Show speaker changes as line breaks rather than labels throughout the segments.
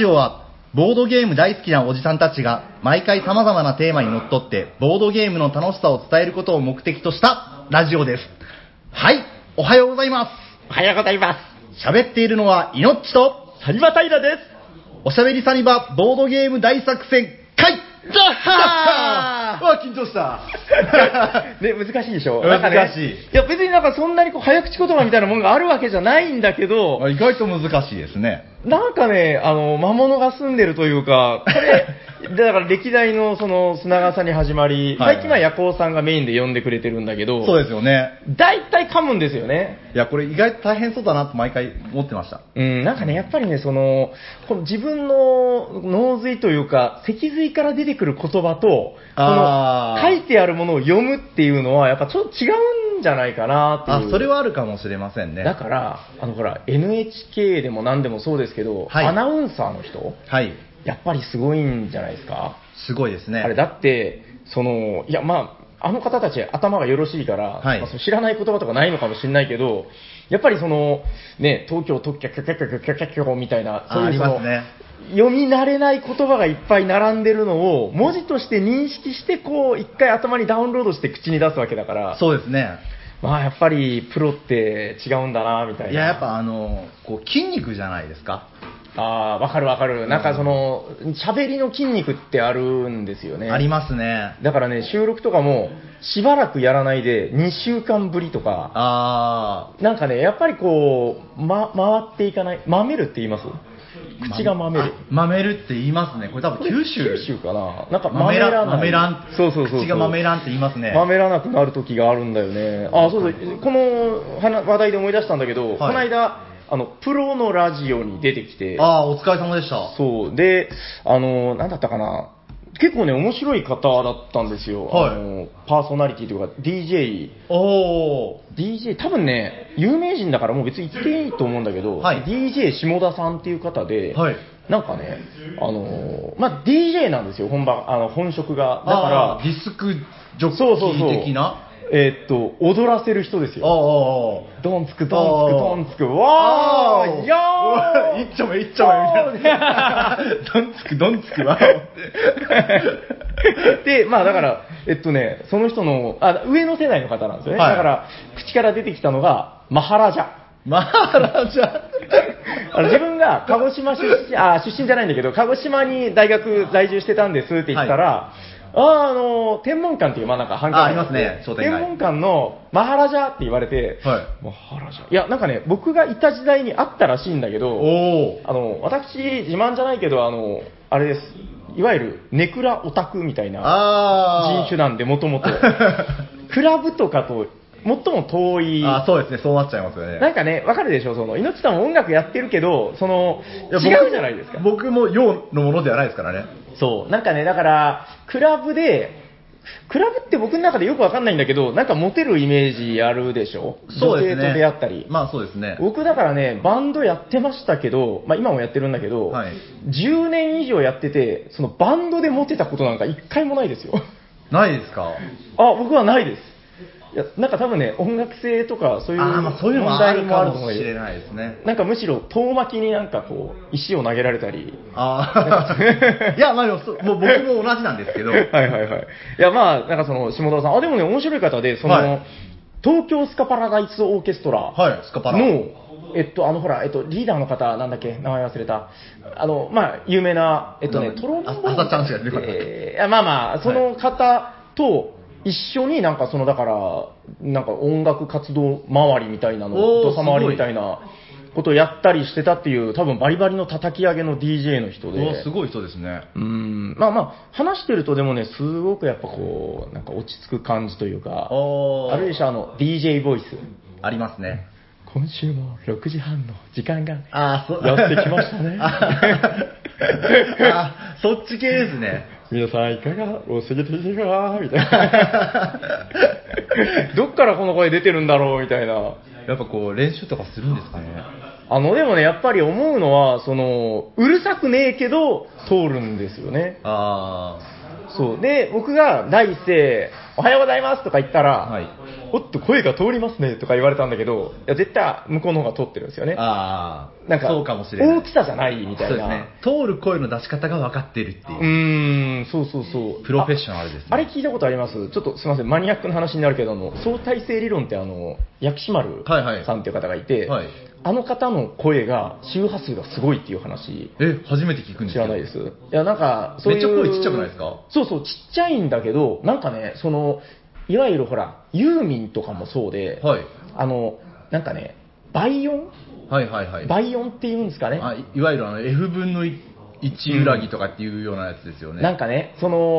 ジオはボードゲーム大好きなおじさんたちが毎回様々なテーマにのっとってボードゲームの楽しさを伝えることを目的としたラジオです。はい、おはようございます。
おはようございます。
喋っているのはイノッチと
サニバタイラです。
おしゃべりサニバボードゲーム大作戦会。
ザッハー
うわ、緊張した。
ね、難しいでしょ。
難しい。
いや、別になんかそんなにこう早口言葉みたいなものがあるわけじゃないんだけど、
意外と難しいですね。
なんかね、魔物が住んでるというか、これ、だから歴代のその砂川さんに始まり、
はい
最近は夜行さんがメインで呼んでくれてるんだけど、
そうですよね。
大体噛むんですよね。
いや、これ意外と大変そうだなと毎回思ってました。
なんかね、やっぱりね、この自分の脳髄というか、脊髄から出てくる言葉と、この書いてあるものを読むっていうのは、やっぱちょっと違うんじゃないかなっていう。
それはあるかもしれませんね。
だから、ほら、NHK でも何でもそうですけど、
はい
アナウンサーの人、
はい。
やっぱりすごいんじゃないですか。
すごいですね。
あれ、だって、いや、まあ、あの方たち頭がよろしいから、
はい
まあ、知らない言葉とかないのかもしれないけど、やっぱりね、東京特許キャキャキャキャキャキャキャみたいな、そう
あ
いう
りますね。
読み慣れない言葉がいっぱい並んでるのを、文字として認識して、こう、一回頭にダウンロードして口に出すわけだから、
そうですね。
まあ、やっぱりプロって違うんだな、みたいな。
いや、やっぱこう筋肉じゃないですか。
ああ、わかるわかる。なんか喋りの筋肉ってあるんですよね。
ありますね。
だからね、収録とかも、しばらくやらないで、2週間ぶりとか、なんかね、やっぱりこう、回っていかない、まめるって言います口がまめる。
まめるって言いますね。これ多分九州
かな。なんか
まめらん。
そう。
口がまめらんって言いますね。
まめらなくなる時があるんだよね。そう。この話題で思い出したんだけど、はい、この間、プロのラジオに出てきて。
お疲れ様でした。
そう。で、なんだったかな。結構ね、面白い方だったんですよ。
はい、
パーソナリティというか、DJ。DJ、多分ね、有名人だからもう別に言っていいと思うんだけど、
はい、
DJ 下田さんっていう方で、
はい、
なんかね、まあ、DJ なんですよ、本職が。だから、
ディスクジョッキー的な
踊らせる人ですよ。ドンツク、わーよー
いっちゃめみたいな。ドンツクわ
ーで、まあだから、その人の、上の世代の方なんですよね。
はい、
だから、口から出てきたのが、マハラジャ。自分が鹿児島出身じゃないんだけど、鹿児島に大学在住してたんですって言ったら、天文館っていう、まあなんか繁華街
ありますね、商店街。
天文館のマハラジャって言われて、
はい、
マハラジャ。いや、なんかね、僕がいた時代にあったらしいんだけど、私、自慢じゃないけど、あれです。いわゆる、ネクラオタクみたいな人種なんで、もともと。クラブとかと、最も遠い。
そうですね、そうなっちゃいますよね。
なんかね、わかるでしょ、猪木さんも音楽やってるけど、違うじゃないですか。
僕も用のものではないですからね。
そう。なんかね、だから、クラブって僕の中でよくわかんないんだけど、なんかモテるイメージあるでしょ。
そうですね。
女性と出会ったり。
まあそうですね。
僕だからね、バンドやってましたけど、まあ今もやってるんだけど、
はい、
10年以上やってて、そのバンドでモテたことなんか一回もないですよ。
ないですか？
僕はないです。いや、なんか多分ね、音楽性とかそういう問題もあると思う
かもしれないですね。
なんかむしろ遠巻きになんかこう、石を投げられたり。
いや、まあでももう僕も同じなんですけど。
はい。いや、まあ、なんか下田さん、でもね、面白い方で、東京スカパラダイスオーケストラ
スカパラ
の、ほら、リーダーの方、なんだっけ、名前忘れた。まあ、有名な、トロンボーン。
朝ちゃんしか出てこない。
まあ、その方と、一緒にだから、なんか音楽活動周りみたいなの、土佐回りみたいなことをやったりしてたっていう、多分バリバリの叩き上げの DJ の人で。
すごい人ですね。
まあ、話してるとでもね、すごくやっぱこう、なんか落ち着く感じというか、あるでしょ、DJ ボイス。
ありますね。
今週も6時半の時間がやってきましたね。
そっち系ですね。
皆さんいかがお過ぎているかみたいな。どっからこの声出てるんだろうみたいな。
やっぱこう練習とかするんですかね。
でもね、やっぱり思うのは、うるさくねえけど、通るんですよね。そう。で、僕が第一声、おはようございますとか言ったら、はい、おっと声が通りますねとか言われたんだけど、いや絶対向こうの方が通ってるんですよね。なんか、そうかもしれない。大きさじゃないみたいな。そうですね。
通る声の出し方が分かってるっていう。
そうそうそう。
プロフェッショナルですね。
あれ聞いたことあります？ちょっとすみません、マニアックな話になるけど、相対性理論って薬師丸さんっていう方がいて、はいはい、あの方の声が、周波数がすごいっていう話。
初めて聞くんですよ。
知らないです。いや、なんか、そういう。
めっちゃ声ちっちゃくないですか？
そうそう、ちっちゃいんだけど、なんかね、いわゆるほら、ユーミンとかもそうで、はい、なんかね、倍音、はいはいはい、倍音っていうんですかね。
いわゆるF 分の1揺らぎとかっていうようなやつですよね。
なんかね、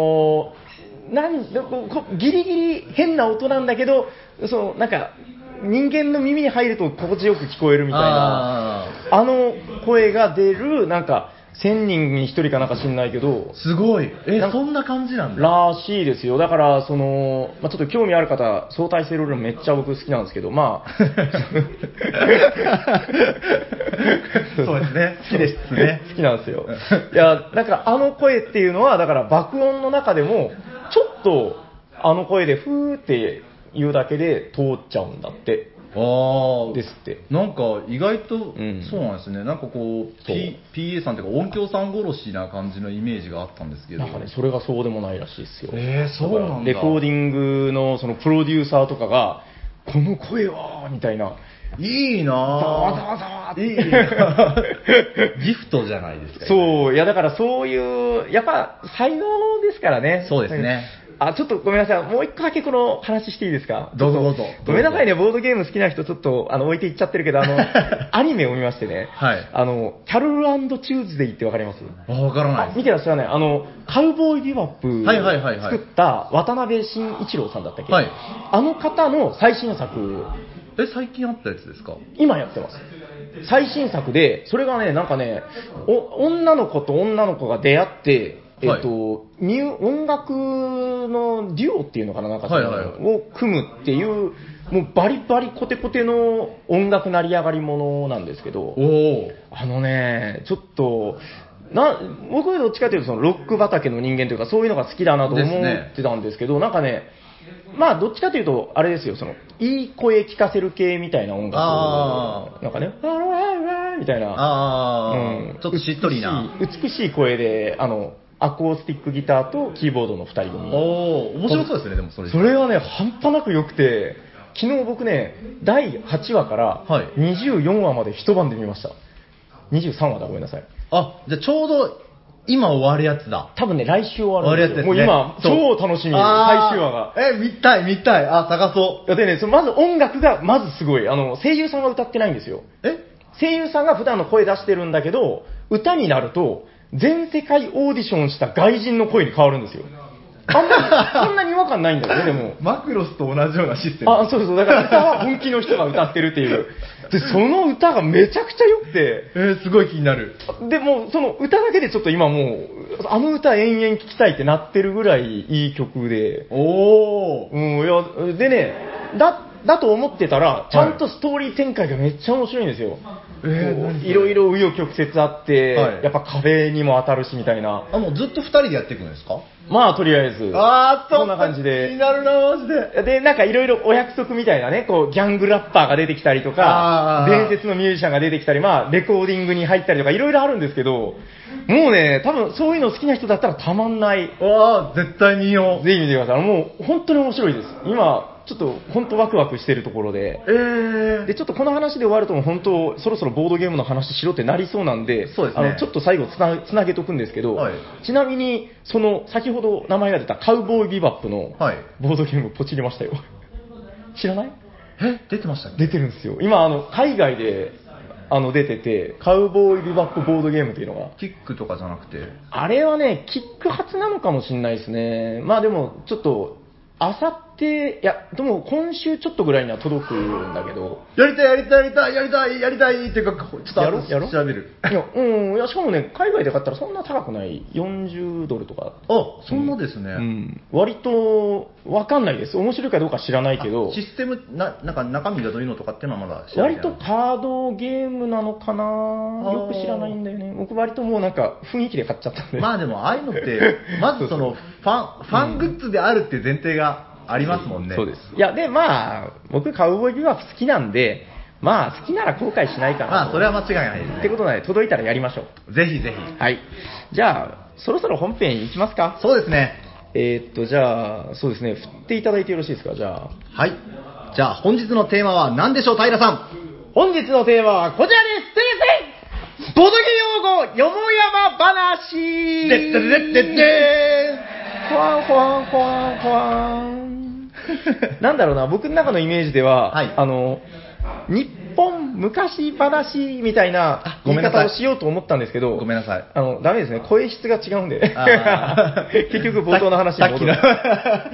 ギリギリ変な音なんだけど、なんか、人間の耳に入ると心地よく聞こえるみたいな、声が出る、なんか、1000人に1人かなんか知んないけど、
すごい。そんな感じなんだ。
らしいですよ。だから、ちょっと興味ある方、相対性理論めっちゃ僕好きなんですけど、まあ。
そうですね。
好きですね。好きなんですよ。いや、だから声っていうのは、だから爆音の中でも、ちょっと声でふーって言うだけで通っちゃうんだって。ですって。
なんか意外と、そうなんですね。なんかこう、PA さんというか音響さん殺しな感じのイメージがあったんですけど。
なんかね、それがそうでもないらしいですよ。
そうなんだ。
レコーディングのプロデューサーとかが、この声はみたいな。
いいなぁ。
ざわざわざわって。いい
なギフトじゃないですか。
そう、いやだからそういう、やっぱ才能ですからね。
そうですね。
ちょっとごめんなさい。もう一個だけこの話していいですか？
どうぞどうぞ。
ごめんなさいね、ボードゲーム好きな人ちょっと置いていっちゃってるけど、アニメを見ましてね。はい。キャロル&チューズデイってわかります？
わからない。
見てらっしゃらない。カウボーイビバップ作った渡辺慎一郎さんだったっけ？はい。あの方の最新作。
最近あったやつですか？
今やってます。最新作で、それがね、なんかね、女の子と女の子が出会って、音楽のデュオっていうのかな、なんかを組むっていう、もうバリバリコテコテの音楽成り上がりものなんですけど、ちょっと、僕はどっちかというとロック畑の人間というかそういうのが好きだなと思ってたんですけど、なんかね、まあどっちかというとあれですよ、いい声聞かせる系みたいな音楽なんかね、みたいな、
ちょっとしっとりな
美しい声でアコースティックギターとキーボードの2人組。
面白そうですね。でもそ
れはね、半端なく良くて、昨日僕ね、第8話から24話まで一晩で見ました。23話だ、ごめんなさい。
じゃあちょうど今終わるやつだ。
多分ね、来週終わるんですよ。
終わるや
つですね。もう今、超楽しみ。最終話が。
見たい。探そう。
でね、まず音楽がまずすごい。声優さんが歌ってないんですよ。声優さんが普段の声出してるんだけど、歌になると、全世界オーディションした外人の声に変わるんですよ。そんなに違和感ないんだよね、でも。
マクロスと同じようなシステム。
そう。だから歌は本気の人が歌ってるっていう。で、その歌がめちゃくちゃ良くて。
すごい気になる。
で、もうその歌だけでちょっと今もう、あの歌延々聴きたいってなってるぐらいいい曲で。でね、だと思ってたら、ちゃんとストーリー展開がめっちゃ面白いんですよ。いろいろ紆余曲折あって、やっぱ壁にも当たるしみたいな。
もうずっと2人でやっていくんですか？
まあ、とりあえず。そんな感じで。
気になるな、マジで。
で、なんかいろいろお約束みたいなね、ギャングラッパーが出てきたりとか、伝説のミュージシャンが出てきたり、まあ、レコーディングに入ったりとか、いろいろあるんですけど、もうね、多分そういうの好きな人だったらたまんない。
絶対見よう。
ぜひ見てください。もう、本当に面白いです。今、ちょっと本当ワクワクしてるところで、でちょっとこの話で終わると本当そろそろボードゲームの話しろってなりそうなんで、
そうですね、
ちょっと最後つなげとくんですけど、ちなみに先ほど名前が出たカウボーイビバップのボードゲームポチりましたよ。知らない？
出てましたっけ？
出てるんですよ。今海外で出てて、カウボーイビバップボードゲームっていうのが。
キックとかじゃなくて。
あれはね、キック発なのかもしれないですね。まあでも、ちょっと、あさって、いや、でも今週ちょっとぐらいには届くんだけど。
やりたいっていうか、ちょっと
やろう
調べる。
いや、しかもね、海外で買ったらそんな高くない。40ドルとか。
あ、そんなですね。
割と、わかんないです。面白いかどうか知らないけど。
システム、なんか中身がどういうのとかっていうのはまだ知らない。
割とカードゲームなのかな、よく知らないんだよね。僕割ともうなんか雰囲気で買っちゃったんで。
まあでも、ああいうのって、まずその、ファングッズであるっていう前提がありますもんね。
そうです。いや、で、まあ、僕、カウボーイビバップ好きなんで、まあ、好きなら後悔しないかな。
まあ、それは間違いないですね。
ってことなので、届いたらやりましょ
う。ぜひぜひ。
はい。じゃあ、そろそろ本編いきますか。
そうですね。
じゃあ、そうですね、振っていただいてよろしいですか、じゃあ。
はい。じゃあ、本日のテーマは何でしょう、平さん。
本日のテーマはこちらです。先生ボドゲ用語、よもやま話
でってでってで
ほわんほわんほわんほわん。なんだろうな、僕の中のイメージでは、
はい、
日本昔話みたいな言い方をしようと思ったんですけど、
ごめんなさい。
ダメですね。声質が違うんで。結局冒頭の話に戻る。はい。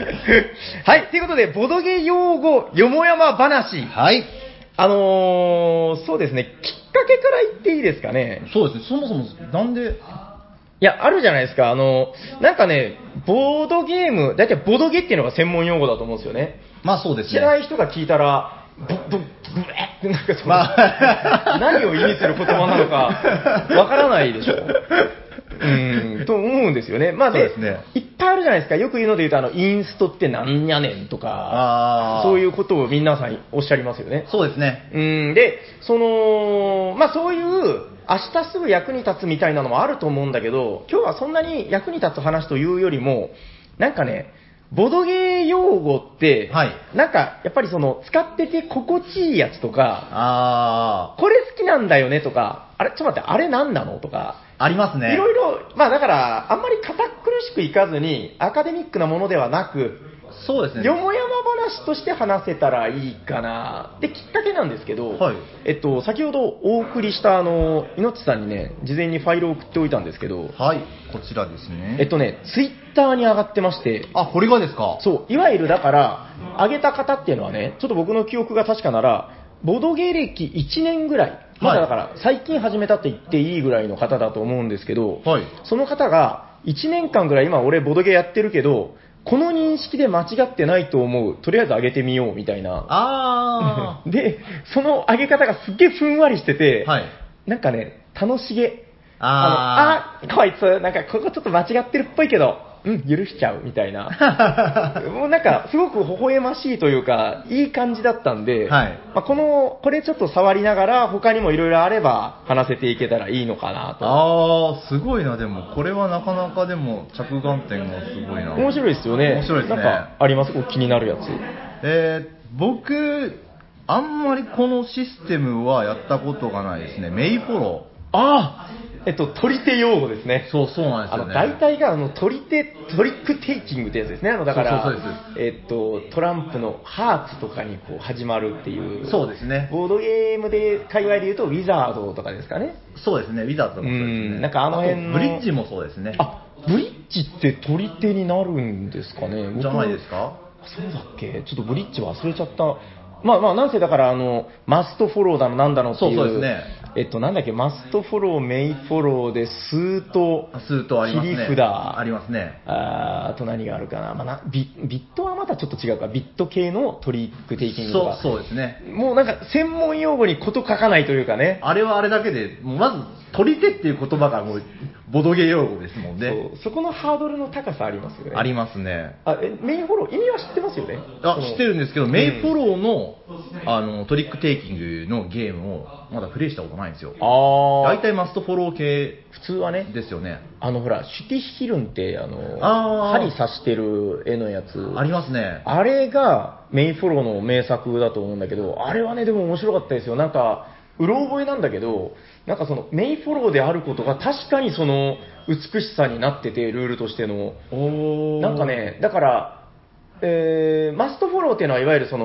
ということで、ボドゲ用語、よもやま話。
はい。
そうですね。きっかけから言っていいですかね。
そうですね。そもそも、なんで、
いや、あるじゃないですか。なんかね、ボードゲーム、だいたいボドゲっていうのが専門用語だと思うんですよね。
まあそうですね。
知らない人が聞いたら、ブエってなんかその、何を意味する言葉なのか、わからないでしょ。と思うんですよね。まあで、いっぱいあるじゃないですか。よく言うので言うと、インストってなんやねんとか、そういうことを皆さんおっしゃりますよね。
そうですね。
で、まあそういう、明日すぐ役に立つみたいなのもあると思うんだけど、今日はそんなに役に立つ話というよりも、なんかね、ボドゲー用語って、はい、なんかやっぱりその使ってて心地いいやつとか、これ好きなんだよねとか、あれちょっと待って、あれ何なのとか、
ありますね。
いろいろ、まあだから、あんまり堅苦しくいかずに、アカデミックなものではなく、
そうですね。
よもやま話として話せたらいいかなってきっかけなんですけど、はい、先ほどお送りしたいのっちさんにね、事前にファイルを送っておいたんですけど、
はい、こちらですね。
ツイッターに上がってまして、
あ、これがですか？
そう、いわゆるだから、上げた方っていうのはね、ちょっと僕の記憶が確かなら、ボドゲ歴1年ぐらい、まだだから最近始めたと言っていいぐらいの方だと思うんですけど、はい、その方が1年間ぐらい、今俺ボドゲやってるけど、この認識で間違ってないと思う。とりあえず上げてみようみたいな。で、その上げ方がすっげえふんわりしてて、はい、なんかね、楽しげ。こいつ、なんかここちょっと間違ってるっぽいけど、許しちゃうみたいな。もうなんか、すごく微笑ましいというか、いい感じだったんで、はい、まあ、これちょっと触りながら、他にもいろいろあれば話せていけたらいいのかなと。
すごいな、でも、これはなかなかでも、着眼点がすごいな。
面白いですよね。
面白いですね。
なんか、あります気になるやつ。
僕、あんまりこのシステムはやったことがないですね。メイフォロ
ー。取り手用語ですね。
そうなんですよね。
大体がトリックテイキングってやつですね。だから、トランプのハーツとかにこう始まるっていう。
そうですね。
ボードゲームで、界隈で言うと、ウィザードとかですかね。
そうですね、ウィザードもそうですね。
なんかあの辺の。
ブリッジもそうですね。
ブリッジって取り手になるんですかね。
じゃないですか？
そうだっけ？ちょっとブリッジ忘れちゃった。まあ、なんせだから、マストフォローだの、なんだのっていう。
そうですね。
なんだっけ、マストフォロー、メイフォローで、スート、切り札。
ありますね。
あと何があるかな。ビットはまたちょっと違うか。ビット系のトリックテイキングとか。
そうですね。
もうなんか、専門用語にこと書かないというかね。
あれはあれだけで、もうまず、取り手っていう言葉がもう、ボドゲ用語ですもんね。
そこのハードルの高さありますよね。
ありますね。
メインフォロー、意味は知ってますよね。
知ってるんですけど、メインフォローの、トリックテイキングのゲームをまだプレイしたことないんですよ。大体マストフォロー系
普通はね
ですよね。
ほら、シュティヒルンって針刺してる絵のやつ
ありますね。
あれがメインフォローの名作だと思うんだけど、あれはねでも面白かったですよ。なんかうろ覚えなんだけど、なんかそのメインフォローであることが確かにその美しさになってて、ルールとしてのなんかね、だからマストフォローっていうのはいわゆるその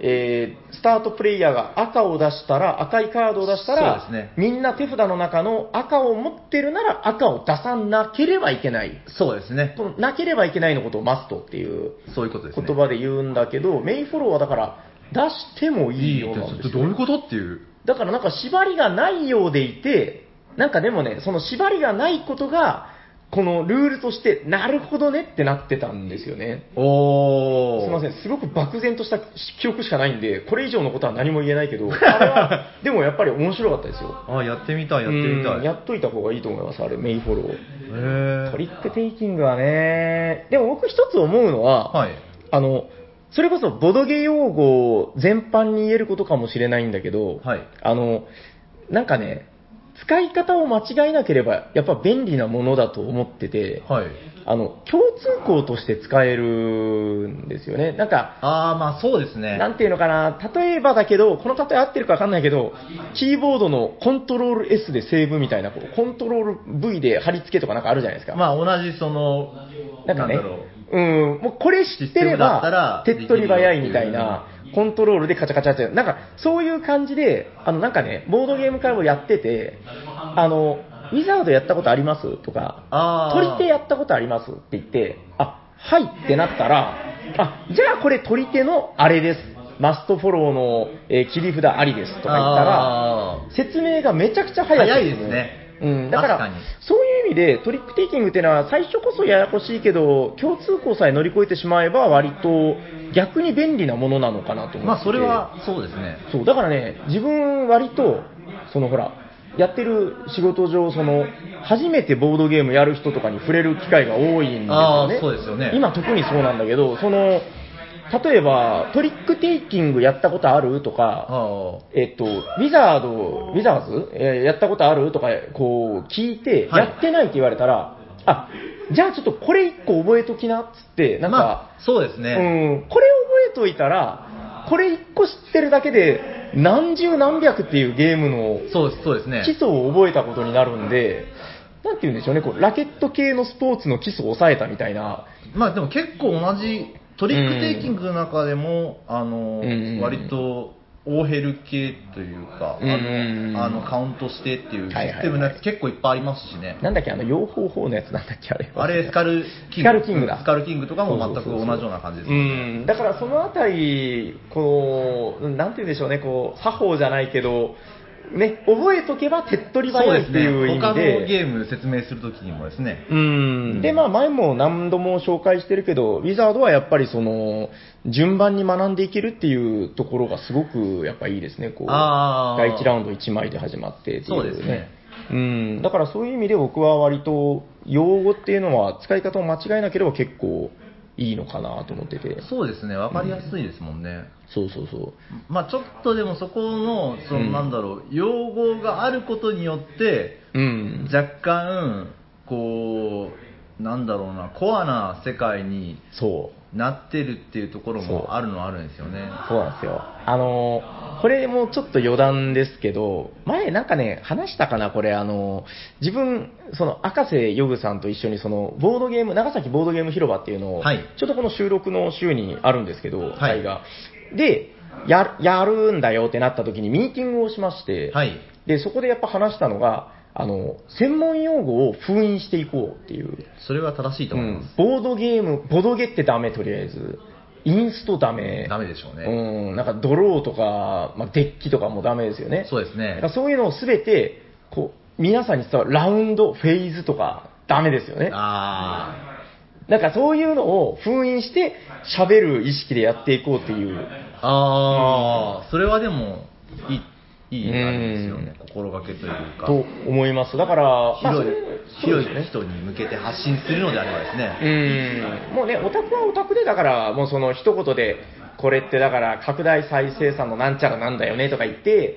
スタートプレイヤーが赤を出したら、赤いカードを出したら、
そうですね、
みんな手札の中の赤を持ってるなら赤を出さなければいけない。
そうですね。
このなければいけないのことをマストっていう
そういうことですね。
言葉で言うんだけど、メインフォローはだから出してもいいようなんですよ。
どういうことっていう。
だからなんか縛りがないようでいて、なんかでもね、その縛りがないことが、このルールとして、なるほどねってなってたんですよね。
おー。
すいません、すごく漠然とした記憶しかないんで、これ以上のことは何も言えないけど、あれは、でもやっぱり面白かったですよ。
あ、やってみたい、やってみたい。
やっといた方がいいと思います、あれ、メイフォロ
ー。
トリックテイキングはね、でも僕一つ思うのは、
はい。
それこそボドゲ用語全般に言えることかもしれないんだけど、
はい。
なんかね、使い方を間違えなければ、やっぱ便利なものだと思ってて、
はい。
共通項として使えるんですよね。なんか、
まあそうですね。
なんていうのかな、例えばだけど、この例え合ってるかわかんないけど、キーボードのコントロール S でセーブみたいな、コントロール V で貼り付けとかなんかあるじゃないですか。
まあ同じその、
なんかね、もうこれ知ってれば、手っ取り早いみたいな、コントロールでカチャカチャって、なんかそういう感じで、なんかね、ボードゲーム会をやってて、ウィザードやったことありますとか、取り手やったことありますって言って、はいってなったら、じゃあこれ取り手のあれです。マストフォローの、切り札ありですとか言ったら、説明がめちゃくちゃ早い、
早いですね。
だから、そういう意味でトリックテイキングっていうのは最初こそややこしいけど、共通項さえ乗り越えてしまえば割と逆に便利なものなのかなと思って。
まあそれはそうですね。
そう、だからね、自分割と、ほら、やってる仕事上、初めてボードゲームやる人とかに触れる機会が多いんですよね。
そうですよね。
今特にそうなんだけど、例えば、トリックテイキングやったことあるとか、ウィザーズ、やったことあるとか、こう、聞いて、やってないって言われたら、じゃあちょっとこれ一個覚えときなっつって、なんか、
まあ、そうですね。
これ覚えといたら、これ一個知ってるだけで、何十何百っていうゲームの基礎を覚えたことになるんで、なんて言うんでしょうね、ラケット系のスポーツの基礎を抑えたみたいな。
まあでも結構同じ、トリックテイキングの中でも、割と、オーヘル系というか、カウントしてっていうシステムのやつ結構いっぱいありますしね。
なんだっけ、養蜂法のやつなんだっけ、
あれ、スカルキングだ。スカルキングとかも全く同じような感じですね。
だからそのあたり、なんて言うんでしょうね、作法じゃないけど、ね、覚えとけば手っ取り早いっていう意味で。
他のゲーム説明するときにもですね。
で、まあ前も何度も紹介してるけど、ウィザードはやっぱり順番に学んでいけるっていうところがすごくやっぱいいですね。第1ラウンド1枚で始まってっていうね。
そうですね。
だからそういう意味で僕は割と用語っていうのは使い方を間違えなければ結構いいのかなと思ってて。
そうですね、わかりやすいですもんね。
そう。
まあちょっとでもそこの、なんだろう、用語があることによって、若干、なんだろうな、コアな世界になってるっていうところもあるんですよね。
そうなんですよ。これもちょっと余談ですけど、前なんかね、話したかな、これ、自分、赤瀬ヨグさんと一緒にボードゲーム、長崎ボードゲーム広場っていうのを、ちょっとこの収録の週にあるんですけど、会が。で、やるんだよってなった時にミーティングをしまして、で、そこでやっぱ話したのが、専門用語を封印していこうっていう。
それは正しいと思います。
ボドゲってダメ、とりあえず。インストダメ。
ダメでしょうね。
なんかドローとか、デッキとかもダメですよね。
そうですね。
そういうのをすべて、皆さんに伝わるラウンド、フェーズとか、ダメですよね。なんかそういうのを封印して喋る意識でやっていこうっていう。
それはでもいいあれですよね。心がけというか。
と思います。だから、
広い人に向けて発信するのであればですね。
もうね、オタクはオタクで、だから、もう一言で、これってだから拡大再生産のなんちゃらなんだよねとか言って、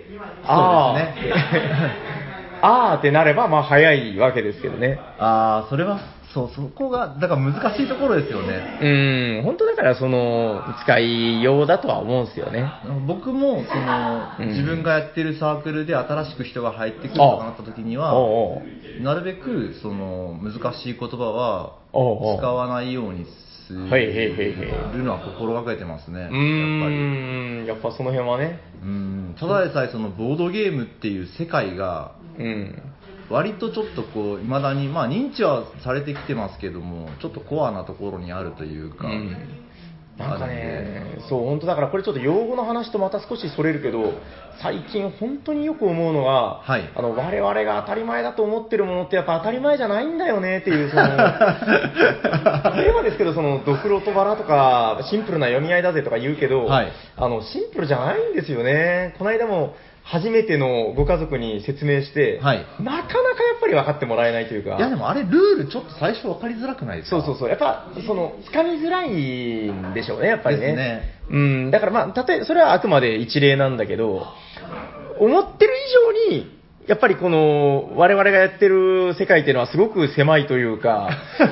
そうですね。
ってなれば、まあ早いわけですけどね。
それは、そこが、だから難しいところですよね。
本当だから使いようだとは思うんですよね。
僕も、自分がやってるサークルで新しく人が入ってくるとかなった時には、なるべく、難しい言葉は使わないようにするのは心がけてますね。やっぱり。
やっぱその辺はね。
ただでさえそのボードゲームっていう世界が、割とちょっとこう未だに、まあ認知はされてきてますけども、ちょっとコアなところにあるというか、
なんかね、そう、本当だからこれちょっと用語の話とまた少しそれるけど、最近本当によく思うのが、
はい、
我々が当たり前だと思ってるものってやっぱ当たり前じゃないんだよねっていう、例えばですけど、ドクロとバラとか、シンプルな読み合いだぜとか言うけど、
はい、
シンプルじゃないんですよね。この間も、初めてのご家族に説明して、
はい、
なかなかやっぱり分かってもらえないというか。
いやでもあれルールちょっと最初分かりづらくないですか？
そう。やっぱ、掴みづらいんでしょうね、やっぱりね。
ですね。
だからまあ、それはあくまで一例なんだけど、思ってる以上に、やっぱりこの、我々がやってる世界っていうのはすごく狭いというか、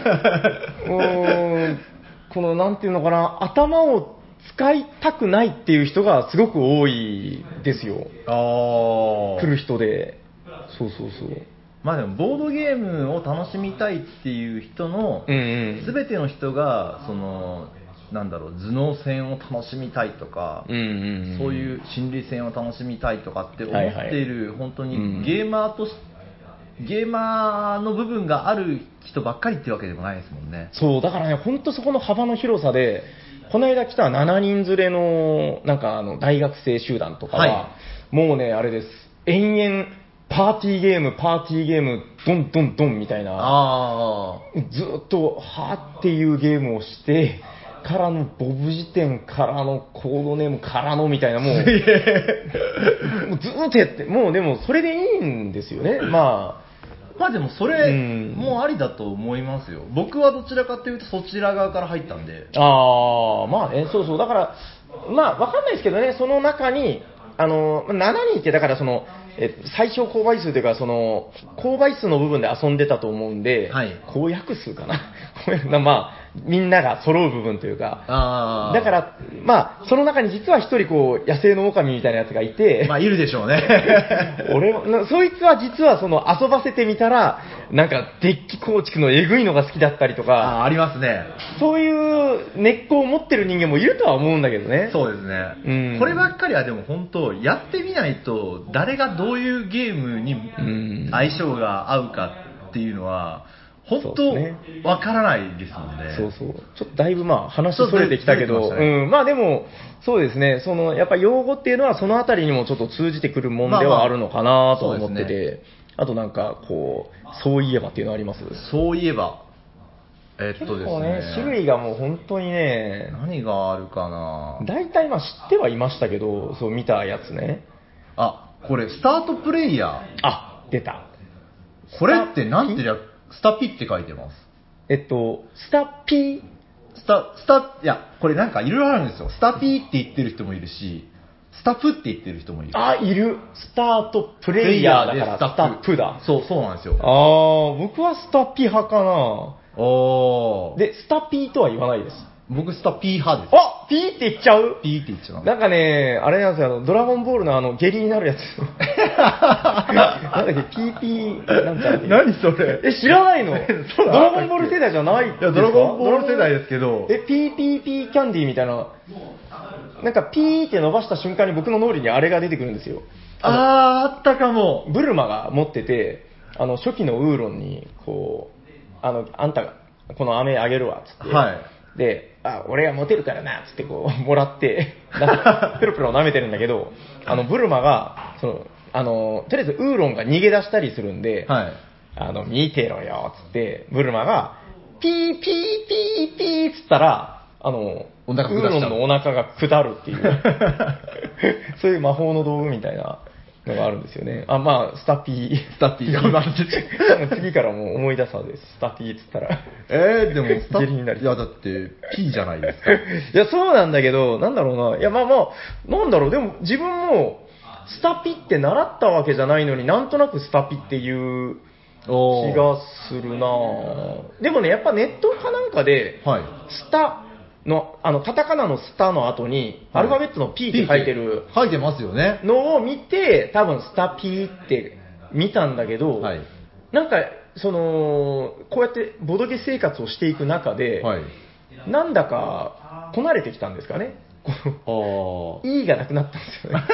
この、なんていうのかな、頭を使いたくないっていう人がすごく多いですよ。来る人で。そう。
まあでもボードゲームを楽しみたいっていう人の、全ての人がなんだろう、頭脳戦を楽しみたいとか、そういう心理戦を楽しみたいとかって思っている、本当にゲーマーの部分がある人ばっかりっていうわけでもないですもんね。
そうだからね、本当そこの幅の広さで、この間来た7人連れのなんか大学生集団とかは、もうねあれです、延々パーティーゲームドンドンドンみたいな、ずっとはーっていうゲームをしてからのボブ辞典からのコードネームからのみたいな、もうずーっとやって、もうでもそれでいいんですよね。ま
あでもそれもありだと思いますよ。僕はどちらかというとそちら側から入ったんで。
まあね、そうだからまあわかんないですけどね、その中に7人ってだから最小公倍数というか公倍数の部分で遊んでたと思うんで、公約数かなまあみんなが揃う部分というか、だからまあその中に実は一人こう野生の狼みたいなやつがいて、
まあいるでしょうね。
そいつは実は遊ばせてみたらなんかデッキ構築のえぐいのが好きだったりとか、
ありますね。
そういう根っこを持ってる人間もいるとは思うんだけどね。
そうですね。こればっかりはでも本当やってみないと誰がどういうゲームに相性が合うかっていうのは本当わからないですもんね。
そうちょっとだいぶまあ話それてきたけど、まあでもそうですね、やっぱ用語っていうのはそのあたりにもちょっと通じてくるもんではあるのかなと思ってて、あとなんかこうそういえばっていうのあります？
そういえば
結構ね、種類がもう本当にね、
何があるかな。
大体まあ知ってはいましたけど、そう見たやつね。
これスタートプレイヤー。
出た。
これってなんてスタピって書いてます。
スタピ
いや、これなんかいろいろあるんですよ。スタピって言ってる人もいるし、スタプって言ってる人もいる。
いる。スタートプレイヤーだからスタプだ。
そうなんですよ。
僕はスタピ派かな。で、スタピーとは言わないです。
僕スタピー派です。
ピーって言っちゃう？
ピーって言っちゃう。
なんかね、あれなんですよ、ドラゴンボールの下痢になるやつ。なんだっけ、ピーピー、なんちゃら。
何それ？
知らないの？ドラゴンボール世代じゃないですか？
いや、ドラゴンボール世代ですけど。
ピーピーピーキャンディーみたいな。なんかピーって伸ばした瞬間に僕の脳裏にあれが出てくるんですよ。
あったかも。
ブルマが持ってて、初期のウーロンに、こう、あんたが、この飴あげるわ、つって。で、俺がモテるからな、つってこう、もらって、ペロペロ舐めてるんだけど、ブルマが、とりあえずウーロンが逃げ出したりするんで、見てろよ、つって、ブルマが、ピーピーピーピーつったら、ウーロンのお腹が下るっていう、そういう魔法の道具みたいなのがあるんですよね。まあ、スタピー。次からもう思い出すはずです。スタピーっつったら。
でもスタピー、いやだって、ピーじゃないですか。い
や、そうなんだけど、なんだろうな。いや、まあ、なんだろう、でも自分も、スタピって習ったわけじゃないのになんとなくスタピっていう気がするな。でもね、やっぱネットかなんかで、スタの、カタカナのスタの後に、アルファベットの P って書いてる。
書いてますよね。
のを見て、多分スタピーって見たんだけど、なんか、こうやってボドゲ生活をしていく中で、 なんだかこなれてきたんですかね。E がなくなったんですよね。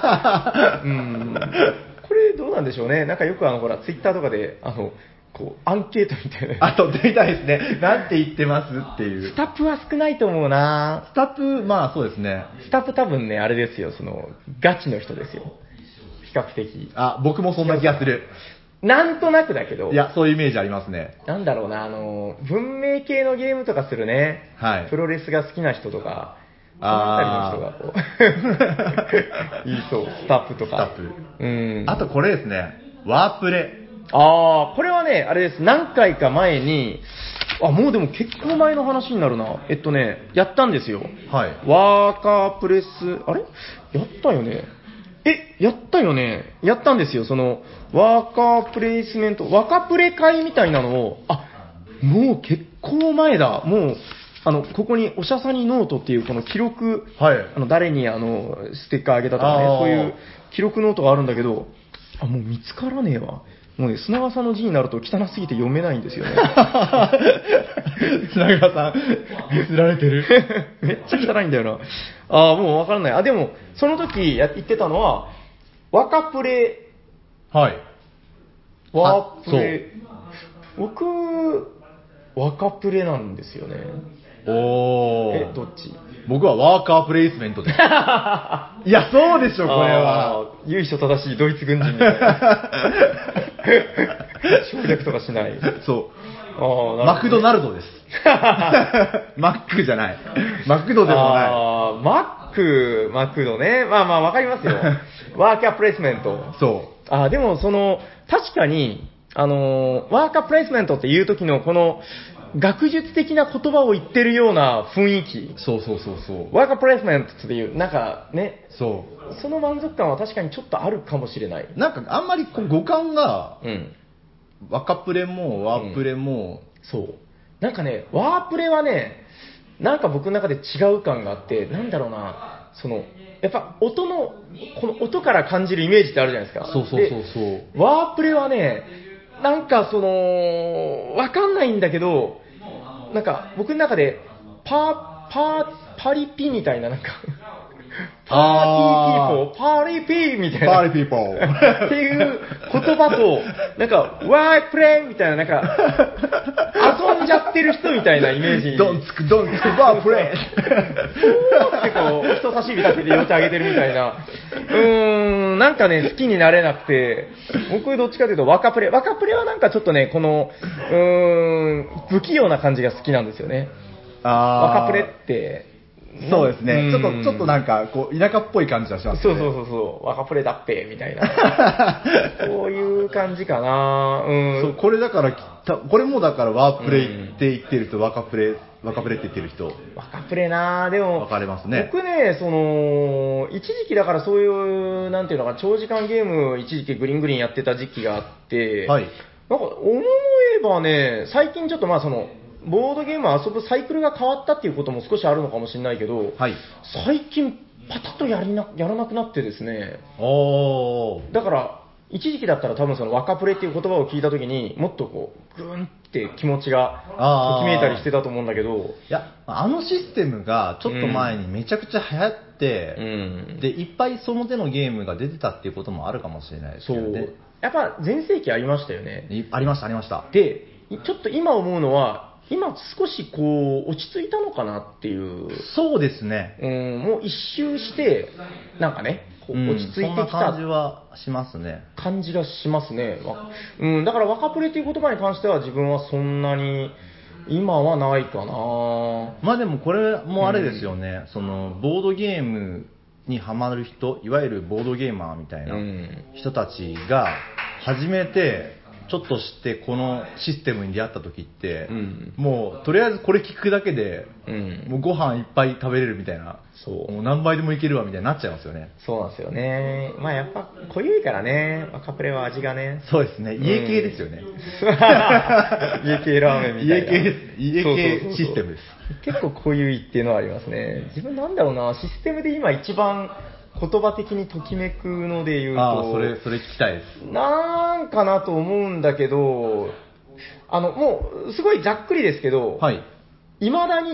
これどうなんでしょうね。なんかよくほら、ツイッターとかで、こう、アンケートみたいな。
あと、出たいですね。なんて言ってますっていう。
スタップは少ないと思うな。
スタップ、まあそうですね。
スタップ多分ね、あれですよ、ガチの人ですよ。比較的。
あ、僕もそんな気がする。
なんとなくだけど。
いや、そういうイメージありますね。
なんだろうな、文明系のゲームとかするね。
はい。
プロレスが好きな人とか、そのあたりの人がこう、言いそう、スタップとか。
スタップ。あとこれですね、ワープレ。
これはね、あれです。何回か前に、もうでも結構前の話になるな。やったんですよ。
はい。
ワーカープレス、あれやったよね。やったよね。やったんですよ。ワーカープレイスメント、ワカプレ会みたいなのを、もう結構前だ。もう、ここにおしゃさにノートっていうこの記録、
はい。
誰にステッカーあげたとかね、そういう記録ノートがあるんだけど、もう見つからねえわ。もうね、砂川さんの字になると汚すぎて読めないんですよね。
砂川さん、ディスられてる。
めっちゃ汚いんだよな。もうわからない。でも、その時言ってたのは、ワカプレ。
はい。
ワープレ。僕、ワカプレなんですよね。
ど
っち？
僕はワーカープレイスメントです。いや、そうでしょ、これは。
由緒正しいドイツ軍人みたいな。省略とかしない。
そう。マクドナルドです。マックじゃない。マクドでもない。
マクドね。まあわかりますよ。ワーカープレイスメント。
そう。
でも確かに、ワーカープレイスメントっていう時のこの、学術的な言葉を言ってるような雰囲気。
そう。
ワーカープレイスメントっていう、なんかね、
そ
の満足感は確かにちょっとあるかもしれない。
なんかあんまり語感が、ワカプレもワープレも、
そう。なんかね、ワープレはね、なんか僕の中で違う感があって、なんだろうな、やっぱこの音から感じるイメージってあるじゃないですか。
そう。
ワープレはね、なんかわかんないんだけど、なんか僕の中で、パリピみたいな、なんか、パーリーピーみたいな。
パーリーピーポー。
っていう言葉と、なんか、ワープレイみたいな、なんか、遊んじゃってる人みたいなイメージ。
ドンツクワープレイ。
ってこう、人差し指立てて両手上げてるみたいな。なんかね、好きになれなくて、僕どっちかというとワカプレはなんかちょっとね、不器用な感じが好きなんですよね。ワカプレって、
そうですね。ちょっとなんか、田舎っぽい感じはしますね。
そう。ワカプレだっぺ、みたいな。そういう感じかな。
そう、これもだからワープレイって言ってる人、ワカプレって言ってる人。
ワカプレなでも、
分かれますね。
僕ね、一時期だからそういう、なんていうのか、長時間ゲーム、一時期グリーンやってた時期があって、
はい。
なんか思えばね、最近ちょっとボードゲームを遊ぶサイクルが変わったっていうことも少しあるのかもしれないけど、
はい、
最近パタッとやらなくなってですね。だから、一時期だったら多分ワカプレっていう言葉を聞いたときにもっとグーンって気持ちがときめいたりしてたと思うんだけど。
いや、システムがちょっと前にめちゃくちゃ流行って、で、いっぱいその手のゲームが出てたっていうこともあるかもしれないですけどね。
やっぱ全盛期ありましたよね。
ありました。
で、ちょっと今思うのは、今少し落ち着いたのかなっていう。
そうですね。
もう一周して、なんかね、落ち着いてきた。そんな
感じはしますね。
感じがしますね。だからワカプレという言葉に関しては自分はそんなに今はないかな。
でもこれもあれですよね。ボードゲームにハマる人、いわゆるボードゲーマーみたいな人たちが初めて、ちょっとしてこのシステムに出会った時って、もうとりあえずこれ聞くだけで、もうご飯いっぱい食べれるみたいな、もう何倍でもいけるわみたいになっちゃいますよね。
そうなんですよね。やっぱ濃ゆいからね、ワカプレは味がね。
そうですね、家系ですよね。
家系ラーメンみたいな。
家系システムです。
結構濃ゆいっていうのはありますね。自分なんだろうな、システムで今一番言葉的にときめくので言うと、
それ聞きたいです。
なんかなと思うんだけど、もうすごいざっくりですけど、
はい。
未だに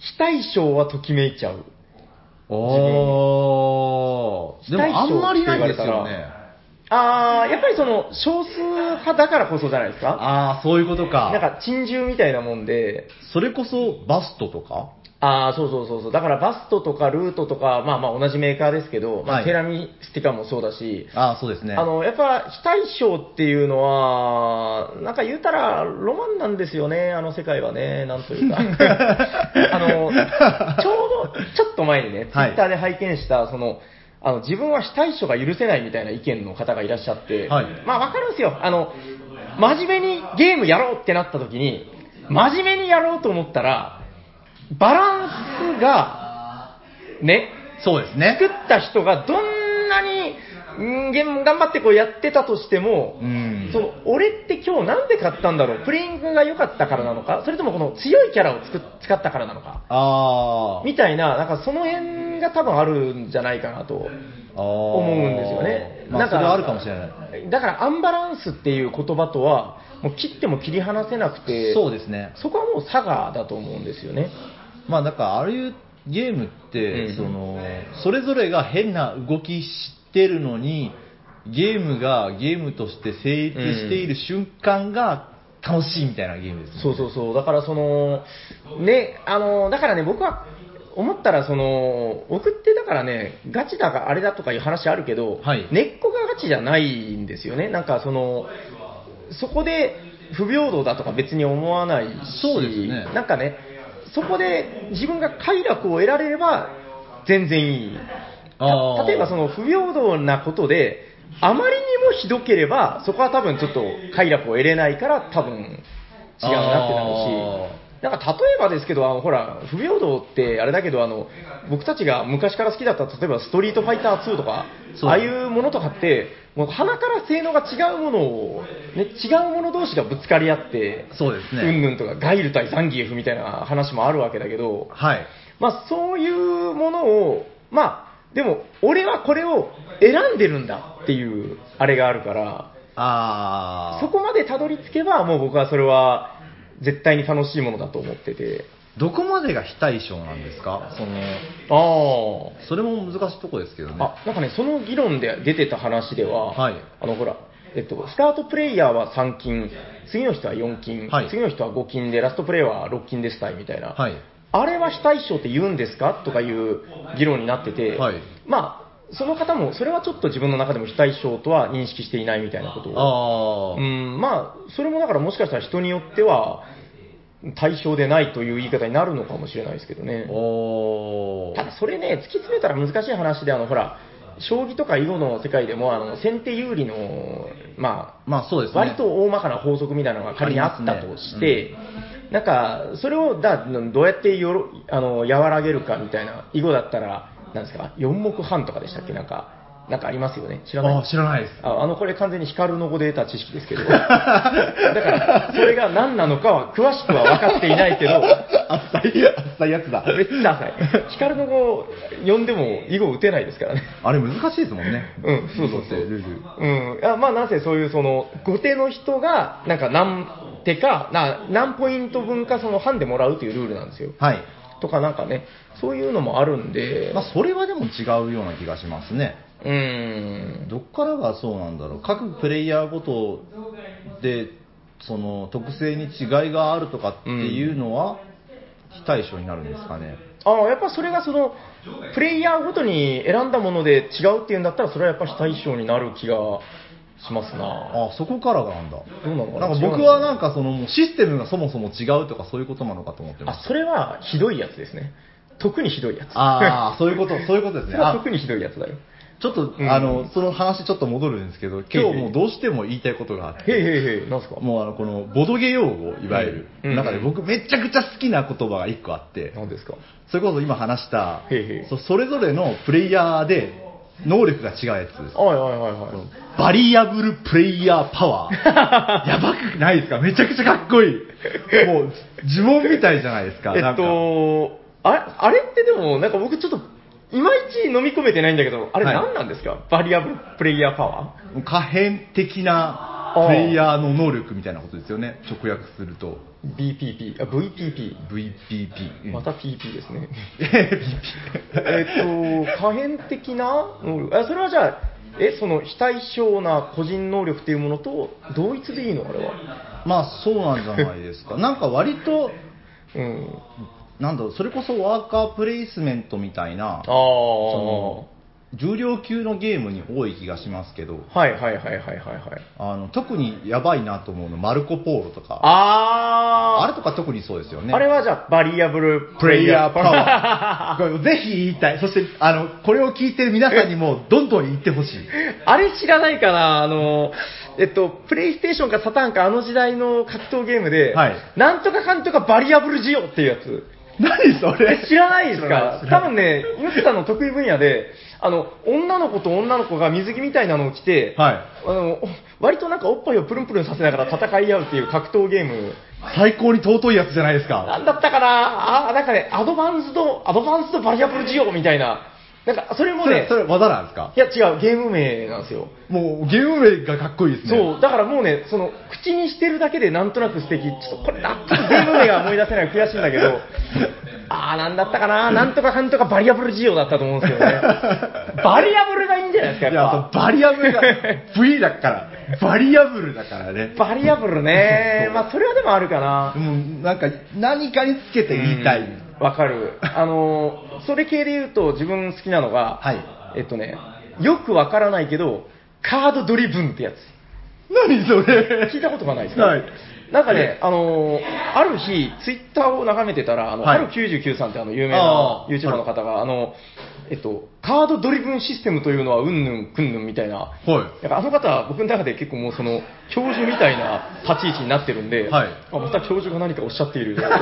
非対称はときめいちゃう。
でもあんまりないですよね。
やっぱりその少数派だからこそじゃないですか。
そういうことか。
なんか珍獣みたいなもんで。
それこそバストとか。
そう。だからバストとかルートとか、まあ同じメーカーですけど、テラミスティカもそうだし、
そうですね。
やっぱ非対称っていうのは、なんか言うたらロマンなんですよね、あの世界はね、なんというか。ちょうど、ちょっと前にね、ツイッターで拝見した、自分は非対称が許せないみたいな意見の方がいらっしゃって、わかるんですよ。真面目にゲームやろうってなった時に、真面目にやろうと思ったら、バランスが、ね、
そうですね。
作った人がどんなに、ゲーム頑張ってこうやってたとしても、俺って今日なんで買ったんだろう、プレイングが良かったからなのか、それともこの強いキャラを使ったからなのか、みたいな、なんかその辺が多分あるんじゃないかなと思うんですよね。
なんかそれはあるかもしれない。
だからアンバランスっていう言葉とは、もう切っても切り離せなくて、
そうですね。
そこはもう差がだと思うんですよね。
だからああいうゲームって、それぞれが変な動きしてるのに、ゲームがゲームとして成立している瞬間が楽しいみたいなゲームですね。
そう。だからだからね、僕は思ったら僕ってだからね、ガチだかあれだとかいう話あるけど、根っこがガチじゃないんですよね。なんかそこで不平等だとか別に思わないし、
そうですね。
なんかね、そこで自分が快楽を得られれば全然いい。例えば不平等なことであまりにもひどければ、そこは多分ちょっと快楽を得れないから多分違うなってなるし、なんか例えばですけど、ほら、不平等ってあれだけど、僕たちが昔から好きだった、例えばストリートファイター2とか、ああいうものとかって、もう鼻から性能が違うものを、ね、違うもの同士がぶつかり合って、
そうですね。
うんぬんとか、ガイル対ザンギエフみたいな話もあるわけだけど、そういうものを、でも、俺はこれを選んでるんだっていう、あれがあるから、そこまでたどり着けば、もう僕はそれは、絶対に楽しいものだと思ってて。
どこまでが非対称なんですか？それも難しいとこですけどね。
なんかね、その議論で出てた話では、ほら、スタートプレイヤーは3金、次の人は4金、次の人は5金で、ラストプレイは6金ですたいみたいな。あれは非対称って言うんですかとかいう議論になってて、その方も、それはちょっと自分の中でも非対称とは認識していないみたいなことを。それもだからもしかしたら人によっては、対象でないという言い方になるのかもしれないですけどね。ただそれね、突き詰めたら難しい話で、ほら、将棋とか囲碁の世界でも、先手有利の、
そうですね、
割と大まかな法則みたいなのが仮にあったとして、なんか、それをどうやって和らげるかみたいな、囲碁だったら、なんですか、4目半とかでしたっけ、なんかありますよね。知らない？
知らないです。
これ完全に光の語で得た知識ですけど。だから、それが何なのかは詳しくは分かっていないけど、
浅いやつだ。
めっちゃ浅い。光の語読んでも囲碁打てないですからね。
あれ難しいですもんね。
そう。ルール。なんせそういう後手の人が、なんか何手か、何ポイント分かハンでもらうというルールなんですよ。とかなんかね、そういうのもあるんで。
それはでも違うような気がしますね。どっからがそうなんだろう。各プレイヤーごとで特性に違いがあるとかっていうのは非対称になるんですかね。
やっぱそれがプレイヤーごとに選んだもので違うっていうんだったら、それはやっぱ非対称になる気がしますな。
そこからなんだ。
どうなのかな。
なんか僕はなんかシステムがそもそも違うとかそういうことなのかと思ってます。
それはひどいやつですね。特にひどいやつ。
そういうことですね。
それは特にひどいやつだよ。
ちょっと、その話ちょっと戻るんですけど、今日もうどうしても言いたいことがあって、
なんすか？
もうこのボドゲ用語、いわゆる、中で僕めちゃくちゃ好きな言葉が一個あって、
何ですか？
それこそ今話した、それぞれのプレイヤーで能力が違うやつ。バリアブルプレイヤーパワー。やばくないですか？めちゃくちゃかっこいい。もう呪文みたいじゃないですか。
あれってでも、なんか僕ちょっと、いまいち飲み込めてないんだけど、あれ何なんですか？バリアブルプレイヤーパワー？
可変的なプレイヤーの能力みたいなことですよね、直訳すると。
VPP、
VPP。
また PP ですね。可変的な能力。それはじゃあ、その非対称な個人能力っていうものと同一でいいのあれは。
まあそうなんじゃないですか。なんか割と、なんだろう、それこそワーカープレイスメントみたいな、その重量級のゲームに多い気がしますけど、特にやばいなと思うのマルコ・ポーロとか、あれとか特にそうですよね。
あれはじゃあバリアブルプレイヤーパワ
ーぜひ言いたい。そしてこれを聞いてる皆さんにもどんどん言ってほしい。
あれ知らないかな、プレイステーションかサターンか時代の格闘ゲームで、なんとかかんとかバリアブルジオっていうやつ。
何それ
知らないですか？多分ね、ゆきさんの得意分野で、女の子と女の子が水着みたいなのを着て、割となんかおっぱいをプルンプルンさせながら戦い合うっていう格闘ゲーム。
最高に尊いやつじゃないですか。
なんだったかな、なんかね、アドバンスドバリアブルジオみたいな。なんか、それもね。
それ技なんですか？
いや、違う、ゲーム名なんですよ。
もう、ゲーム名がかっこいいですね。
そう、だからもうね、口にしてるだけでなんとなく素敵。ちょっとこれ、ゲーム名が思い出せない悔しいんだけど、なんだったかな、なんとかかんとかバリアブルジオだったと思うんですけどね。バリアブルがいいんじゃないですか、やっぱ。
いや、バリアブルが、V だから、バリアブルだからね。
バリアブルね。まあ、それはでもあるかな。
なんか、何かにつけて言いたい。
わかる。それ系で言うと自分好きなのが、よくわからないけど、カードドリブンってやつ。
何それ？
聞いたことがないですか？はい。なんかね、ある日、ツイッターを眺めてたら、ハル99さんって有名な YouTuber の方が、カードドリブンシステムというのはうんぬんくんぬんみたいな、なんか方は僕の中で結構もう教授みたいな立ち位置になってるんで、また教授が何かおっしゃっている。カ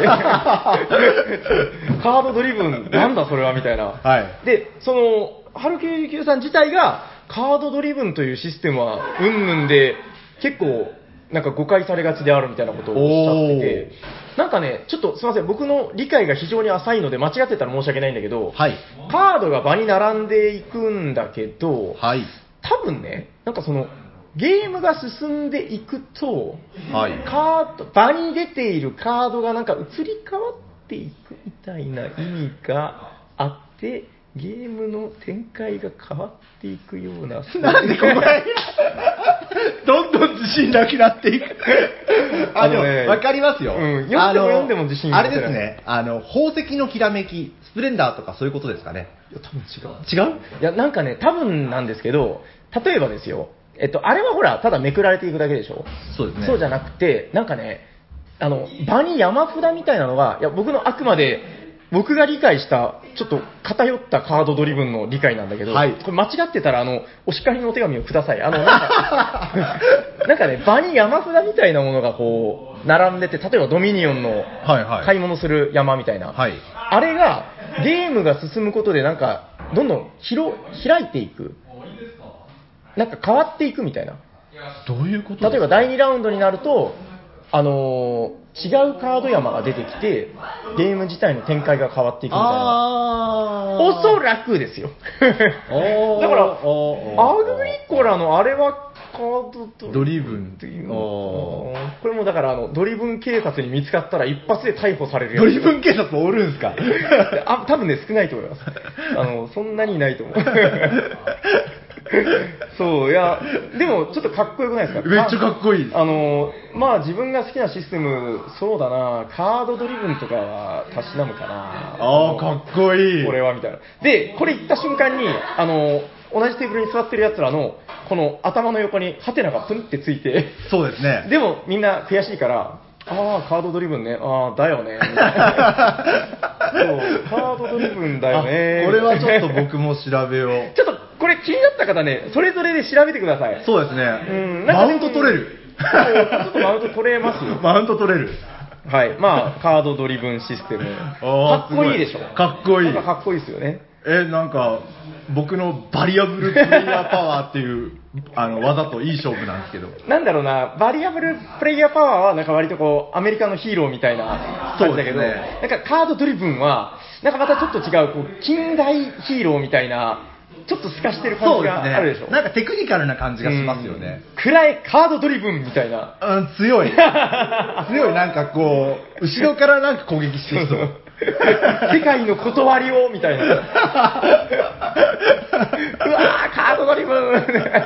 ードドリブン、なんだそれはみたいな。で、ハル99さん自体が、カードドリブンというシステムはうんぬんで、結構、なんか誤解されがちであるみたいなことをおっしゃってて、なんかね、ちょっとすいません、僕の理解が非常に浅いので間違ってたら申し訳ないんだけど、カードが場に並んでいくんだけど、多分ね、なんかゲームが進んでいくと、場に出ているカードがなんか移り変わっていくみたいな意味があって、ゲームの展開が変わっていくような。
なんでこれどんどん自信なくなっていく。でも、わかりますよ。
読んでも自信
あれですね、宝石のきらめき、スプレンダーとかそういうことですかね。
いや、多分違う。いや、なんかね、多分なんですけど、例えばですよ、あれはほら、ただめくられていくだけでしょ？
そうですね。
そうじゃなくて、なんかね、場に山札みたいなのが、いや、僕のあくまで、僕が理解した、ちょっと偏ったカードドリブンの理解なんだけど、これ間違ってたら、お叱りのお手紙をください。なんかね、場に山札みたいなものがこう、並んでて、例えばドミニオンの買い物する山みたいな。あれが、ゲームが進むことで、なんか、どんどん開いていく。なんか変わっていくみたいな。
どういうことですか？
例えば第2ラウンドになると、違うカード山が出てきて、ゲーム自体の展開が変わっていくみたいな。おそらくですよ。だから、アグリコラのあれはカー
ドリブン
っていうのこれもだからドリブン警察に見つかったら一発で逮捕されるやつ。
ドリブン警察おるんすか？
多分ね、少ないと思います。そんなにいないと思う。そう、いや、でもちょっとかっこよくないですか？
めっちゃかっこいい。
まあ自分が好きなシステム、そうだな、カードドリブンとかはたしなむかな。
かっこいい。
これはみたいな。で、これ言った瞬間に、同じテーブルに座ってる奴らの、この頭の横にハテナがプンってついて、
そうですね。
でもみんな悔しいから、カードドリブンね、だよね。そう、カードドリブンだよね。
これはちょっと僕も調べよう。
ちょっとこれ気になった方ね、それぞれで調べてください。
そうですね。マウント取れる。
ちょっとマウント取れますよ。
マウント取れる。
はい。まあ、カードドリブンシステム。かっこいいでしょ。
かっこいい。
なんかかっこいいですよね。
なんか、僕のバリアブルプレイヤーパワーっていう技といい勝負なんですけど。
なんだろうな、バリアブルプレイヤーパワーはなんか割とこう、アメリカのヒーローみたいな感じだけど、なんかカードドリブンは、なんかまたちょっと違う、こう、近代ヒーローみたいな、 ちょっと透かしてる感じがあるでしょ。
そうですね。なんかテクニカルな感じがしますよね。
暗いカードドリブンみたいな。
強い。強い、なんかこう、後ろからなんか攻撃してきそう。
世界の断りをみたいな。うわー、カードドリブン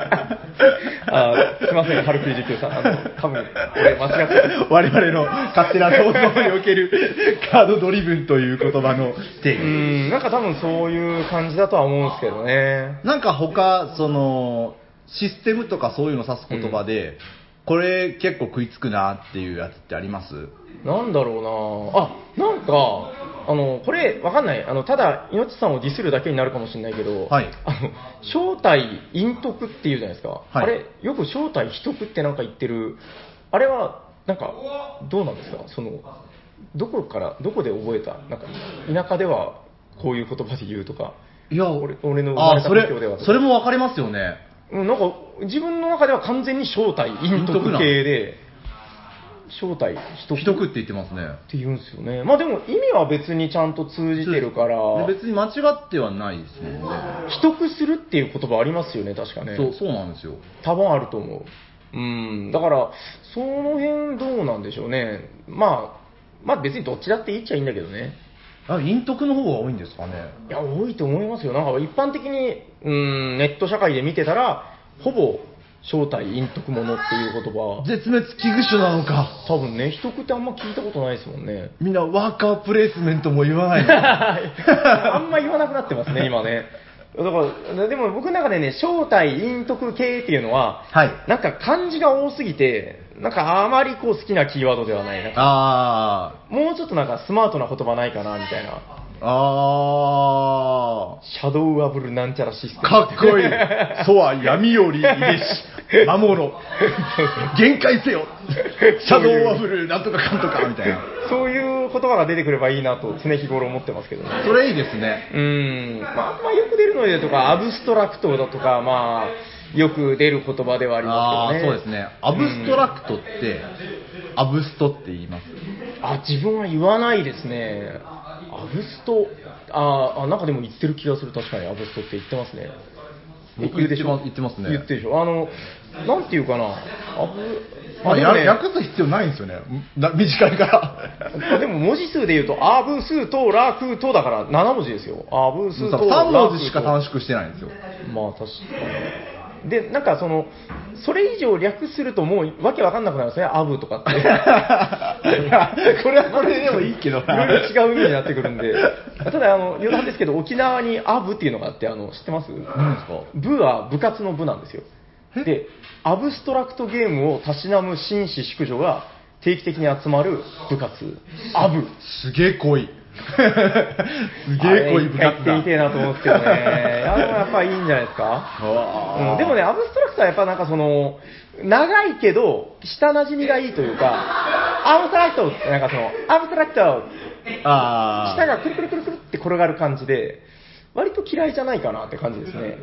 すいません、ハルクイ19さん。多分、俺間違ってる。
我々の勝手な想像におけるカードドリブンという言葉の定義。
なんか多分そういう感じだとは思うんですけどね。
なんか他、システムとかそういうの指す言葉で、これ結構食いつくなっていうやつってあります？
なんだろうななんか、これ、わかんない。ただ、いのちさんをディスるだけになるかもしれないけど、
はい、
正体陰徳っていうじゃないですか。
はい、
あれ、よく正体秘徳ってなんか言ってる、あれは、なんか、どうなんですかどこで覚えたなんか、田舎ではこういう言葉で言うとか、
いや、
俺の生まれた東京では
それもわかりますよね。
なんか、自分の中では完全に正体陰徳系で、正体
秘徳って言ってますね。
って言うんですよね。まあでも意味は別にちゃんと通じてるから。
別に間違ってはないですもんね。
秘徳するっていう言葉ありますよね、確かね。
そうなんですよ。
多分あると思う。だから、その辺どうなんでしょうね。まあ別にどっちだっていいっちゃいいんだけどね。
陰徳の方が多いんですかね。
いや、多いと思いますよ。なんか一般的に、ネット社会で見てたら、ほぼ、正体陰徳者っていう言葉。
絶滅危惧種なのか。
多分ね、秘徳ってあんま聞いたことないですもんね。
みんなワーカープレイスメントも言わないの。
あんま言わなくなってますね、今ね。だから、でも僕の中でね、正体陰徳系っていうのは、
はい、
なんか漢字が多すぎて、なんかあまりこう好きなキーワードではない。なんかもうちょっとなんかスマートな言葉ないかな、みたいな。シャドウアブルなんちゃらシステム。
かっこいい。そうは闇より入れし、守ろ。限界せよ。シャドウアブルなんとかかんとかみたいな。
そういう言葉が出てくればいいなと常日頃思ってますけどね。
それいいですね。
まあよく出るのでとか、アブストラクトだとか、まあ、よく出る言葉ではありますけどね。
そうですね。アブストラクトって、アブストって言います？
自分は言わないですね。アブスト、なんかでも言ってる気がする。確かにアブストって言ってますね。
言ってますね。
言ってるでしょ。なんていうかな。
訳す必要ないんですよね。短いから。
でも文字数で言うと、アブストラクトだから7文字ですよ。アブストラクト。
3文字しか短縮してないんですよ。
まあ確かに。で、なんかそれ以上略するともうわけわかんなくなるんですね、アブとかって。これ
はこれでもいいけど
いろいろ違う意味になってくるんで。ただ、余談ですけど、沖縄にアブっていうのがあって、知ってます？
何ですか？
部は部活の部なんですよ。で、アブストラクトゲームをたしなむ紳士淑女が定期的に集まる部活。アブ。
すげえ濃い。すげえ濃い部活だ。
行ってみてえなと思うんですけどね。やっぱいいんじゃないですか。でもね、アブストラクトはやっぱなんか長いけど、下馴染みがいいというか、アブストラクトってなんかアブストラクト、下がくるくるくるくるって転がる感じで、割と嫌いじゃないかなって感じですね。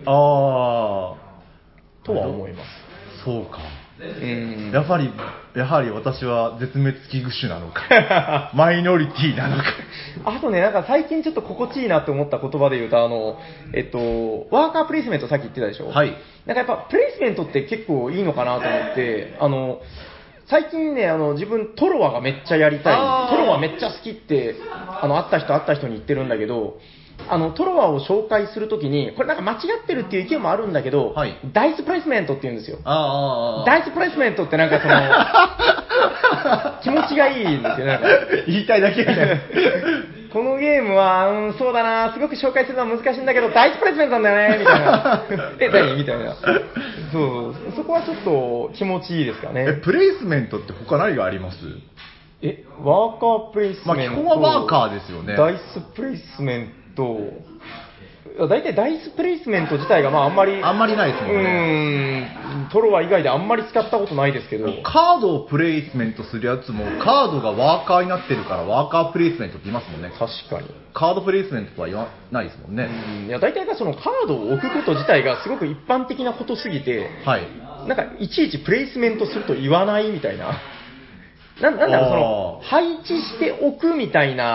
とは思います。
そうか。やはり私は絶滅危惧種なのかマイノリティなのか
あとね、なんか最近ちょっと心地いいなって思った言葉で言うと、ワーカープレイスメントさっき言ってたでしょ。
はい。
なんかやっぱプレイスメントって結構いいのかなと思って、最近ね、自分トロワがめっちゃやりたい。トロワめっちゃ好きって、会った人に言ってるんだけど、トロワを紹介するときに、これなんか間違ってるっていう意見もあるんだけど、
はい、
ダイスプレイスメントって言うんですよ。ダイスプレイスメントってなんか気持ちがいいんですよ。なんか
言いたいだけみたいな。
このゲームは、そうだな、すごく紹介するのは難しいんだけど、ダイスプレイスメントなんだよね、みたいな。何みたいな。そこはちょっと気持ちいいですかね。
プレイスメントって他何があります？
ワーカープレイスメント。
基本はワーカーですよね。
ダイスプレイスメント。大体ダイスプレイスメント自体があんまり
ないですもんね。
トロワ以外であんまり使ったことないですけど。
カードをプレイスメントするやつもカードがワーカーになってるからワーカープレイスメントって言いますもんね。
確かに。
カードプレイスメントとは言わないですもんね。
いや大体がカードを置くこと自体がすごく一般的なことすぎて、
はい。
なんかいちいちプレイスメントすると言わないみたいな。なんだろう、配置しておくみたいな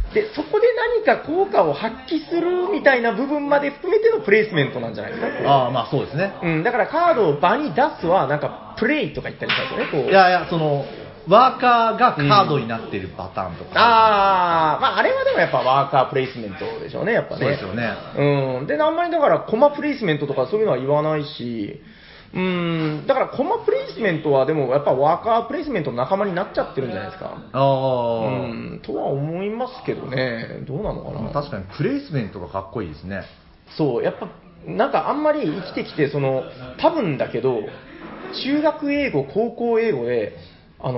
で、そこで何か効果を発揮するみたいな部分まで含めてのプレイスメントなんじゃないですか。
ああ、まあそうですね。
うん、だからカードを場に出すは、なんか、プレイとか言ったりしたんですよね、こう。
いやいや、ワーカーがカードになっているパターンとか。
ああ、まああれはでもやっぱワーカープレイスメントでしょうね、やっぱね。
そうですよね。
うん。で、あんまりだからコマプレイスメントとかそういうのは言わないし、だからコマプレイスメントはでもやっぱワーカープレイスメントの仲間になっちゃってるんじゃないですか。とは思いますけどね。どうなのかな。
確かにプレイスメントがかっこいいですね。
そう、やっぱ、なんかあんまり生きてきて、多分だけど、中学英語、高校英語で、はい、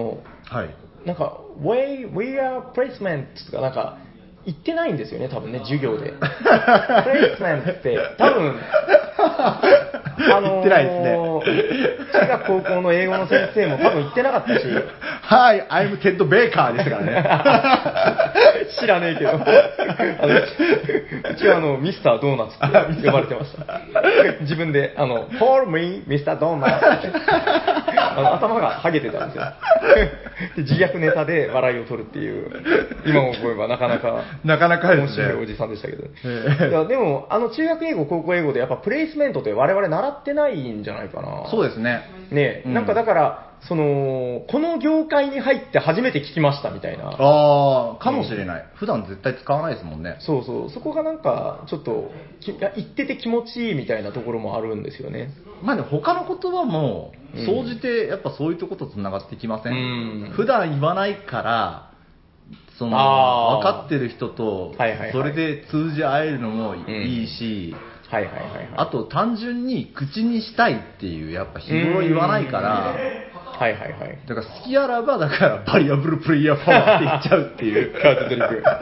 なんか、we are placement とかなんか、言ってないんですよね、多分ね、授業で。placement って、多分、
言ってないですね。
中学高校の英語の先生も多分言ってなかったし。
はい、I'm Ted Baker ですからね。
知らねえけど。うちはミスタードーナツって呼ばれてました。自分で、call me Mr. Donut 頭がハゲてたんですよ。で自虐ネタで笑いを取るっていう、今思えばなかなか面白いおじさんでしたけど。いやでも、中学英語、高校英語でやっぱプレイスメントって我々習ってないんじゃないかな。
そうですね。
ね、なんかだから、この業界に入って初めて聞きましたみたいな。
ああ、かもしれない。普段絶対使わないですもんね。
そうそう。そこがなんか、ちょっと、言ってて気持ちいいみたいなところもあるんですよね。
まあでも他の言葉も、総じてやっぱそういうとことつながってきません。普段言わないから、分かってる人と、それで通じ合えるのもいいし、あと単純に口にしたいっていう、やっぱ日頃言わないから、だから好きあらば、だからバリアブルプレイヤーパワーって言っちゃうっていう。カードトリック。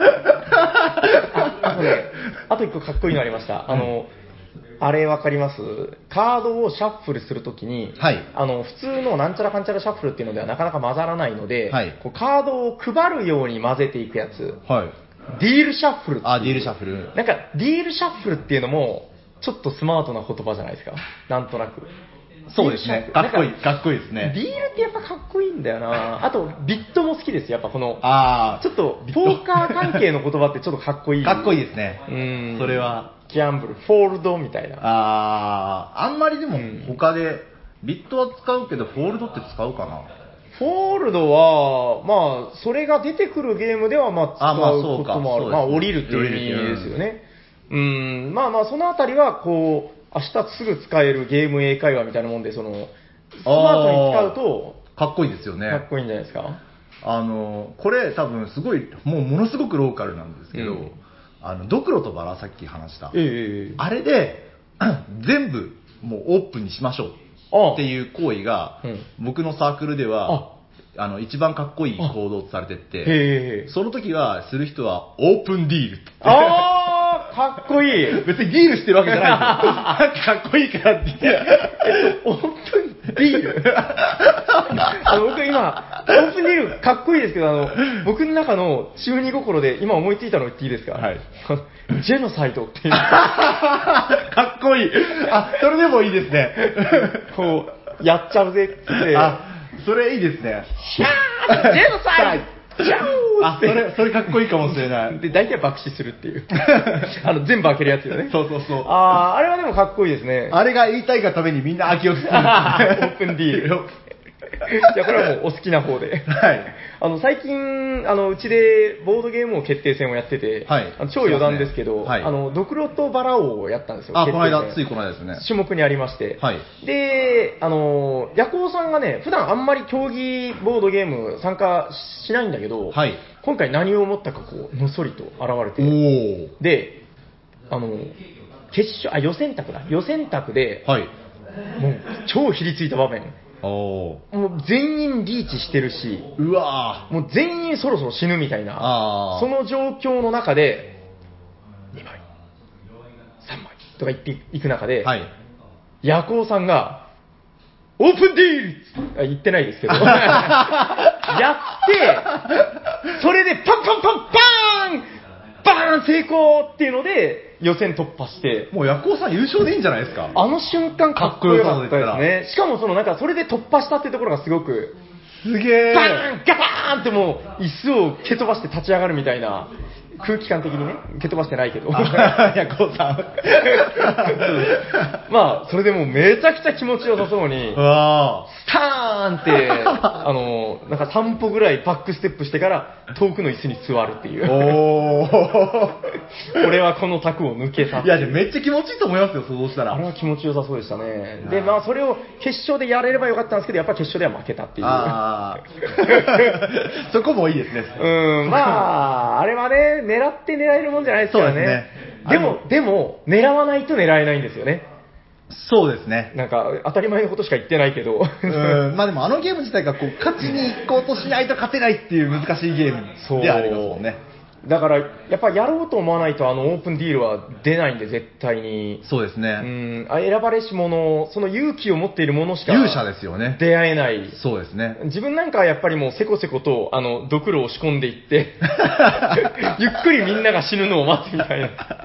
あと一個かっこいいのありました。あれわかります？カードをシャッフルするときに、普通のなんちゃらかんちゃらシャッフルっていうのではなかなか混ざらないので、こうカードを配るように混ぜていくやつ。ディールシャッフルっていう。
あ、ディールシャッフル。
なんか、ディールシャッフルっていうのも、ちょっとスマートな言葉じゃないですか。なんとなく。
そうですね。かっこいいですね。
ディールってやっぱかっこいいんだよな。あと、ビットも好きです。やっぱこの、ちょっと、ポーカー関係の言葉ってちょっとかっこいい。
かっこいいですね。それは。
ギャンブル、フォールドみたいな。
あんまりでも他で、ビットは使うけど、フォールドって使うかな。
フォールドは、まあ、それが出てくるゲームでは、まあ、使うこともある。まあ、降りるっていう意味ですよね。まあまあ、そのあたりは、こう、明日すぐ使えるゲーム英会話みたいなもんで、スマートに使うと、
かっこいいですよね。
かっこいいんじゃないですか。
これ多分すごい、ものすごくローカルなんですけど、ドクロとバラさっき話した。あれで、全部もうオープンにしましょうっていう行為が、僕のサークルでは、一番かっこいい行動とされてて、その時は、する人は、オープンディールって。
かっこいい。
別にディールしてるわけじゃないんですよ。なんかかっこいいからって言って。
オープンディール僕今、オープンディールかっこいいですけど、僕の中の中二心で今思いついたの言っていいですか？
はい。
ジェノサイドっていう。
かっこいい。それでもいいですね。
こう、やっちゃうぜって。
それいいですね。
シャージェノサイドジャ
ーそれかっこいいかもしれない。
で、大体爆死するっていう。全部開けるやつよね。
そう。
あれはでもかっこいいですね。
あれが言いたいがためにみんな開けようとする。オ
ープンディール。じゃあこれはもうお好きな方で。
はい。
最近、うちでボードゲーム王決定戦をやってて、超余談ですけど、ドクロとバラ王をやったんですよ。
この間ですね。
種目にありまして。で、ヤコウさんがね、普段あんまり競技ボードゲーム参加しないんだけど、今回何を思ったかこう、のそりと現れて、で、予選択だ。予選択で、もう超ひりついた場面。もう全員リーチしてるし、もう全員そろそろ死ぬみたいな、その状況の中で、2枚、3枚とか言っていく中で、ヤコウさんが、オープンディール言ってないですけど、やって、それでパンバーン成功っていうので、予選突破して。
もうヤコウさん優勝でいいんじゃないですか？
あの瞬間かっこよかったですね。しかもなんかそれで突破したってところがすごく、
すげー。
バーンガバーンってもう椅子を蹴飛ばして立ち上がるみたいな、 空気感的にね、蹴飛ばしてないけど。い
や、ゴーさん。
まあ、それでもうめちゃくちゃ気持ちよさそうに、スターンって、なんか3歩ぐらいバックステップしてから遠くの椅子に座るっていう。俺はこの卓を抜けた。
いや、でめっちゃ気持ちいいと思いますよ、そうしたら。
あれは気持ちよさそうでしたね。で、まあ、それを決勝でやれればよかったんですけど、やっぱ決勝では負けたっていう。
そこもいいですね。
まあ、あれはね、狙って狙えるもんじゃないですからね。でも、狙わないと狙えないんですよね。
そうですね。
なんか、当たり前のことしか言ってないけど。
まあでもあのゲーム自体がこう、勝ちに行こうとしないと勝てないっていう難しいゲームでありますもんね。
だから、やっぱやろうと思わないとオープンディールは出ないんで、絶対に。
そうですね。
選ばれし者、その勇気を持っている者しか
勇者ですよね。
出会えない。
そうですね。
自分なんかはやっぱりもうせこせことドクロを仕込んでいってゆっくりみんなが死ぬのを待つみたいな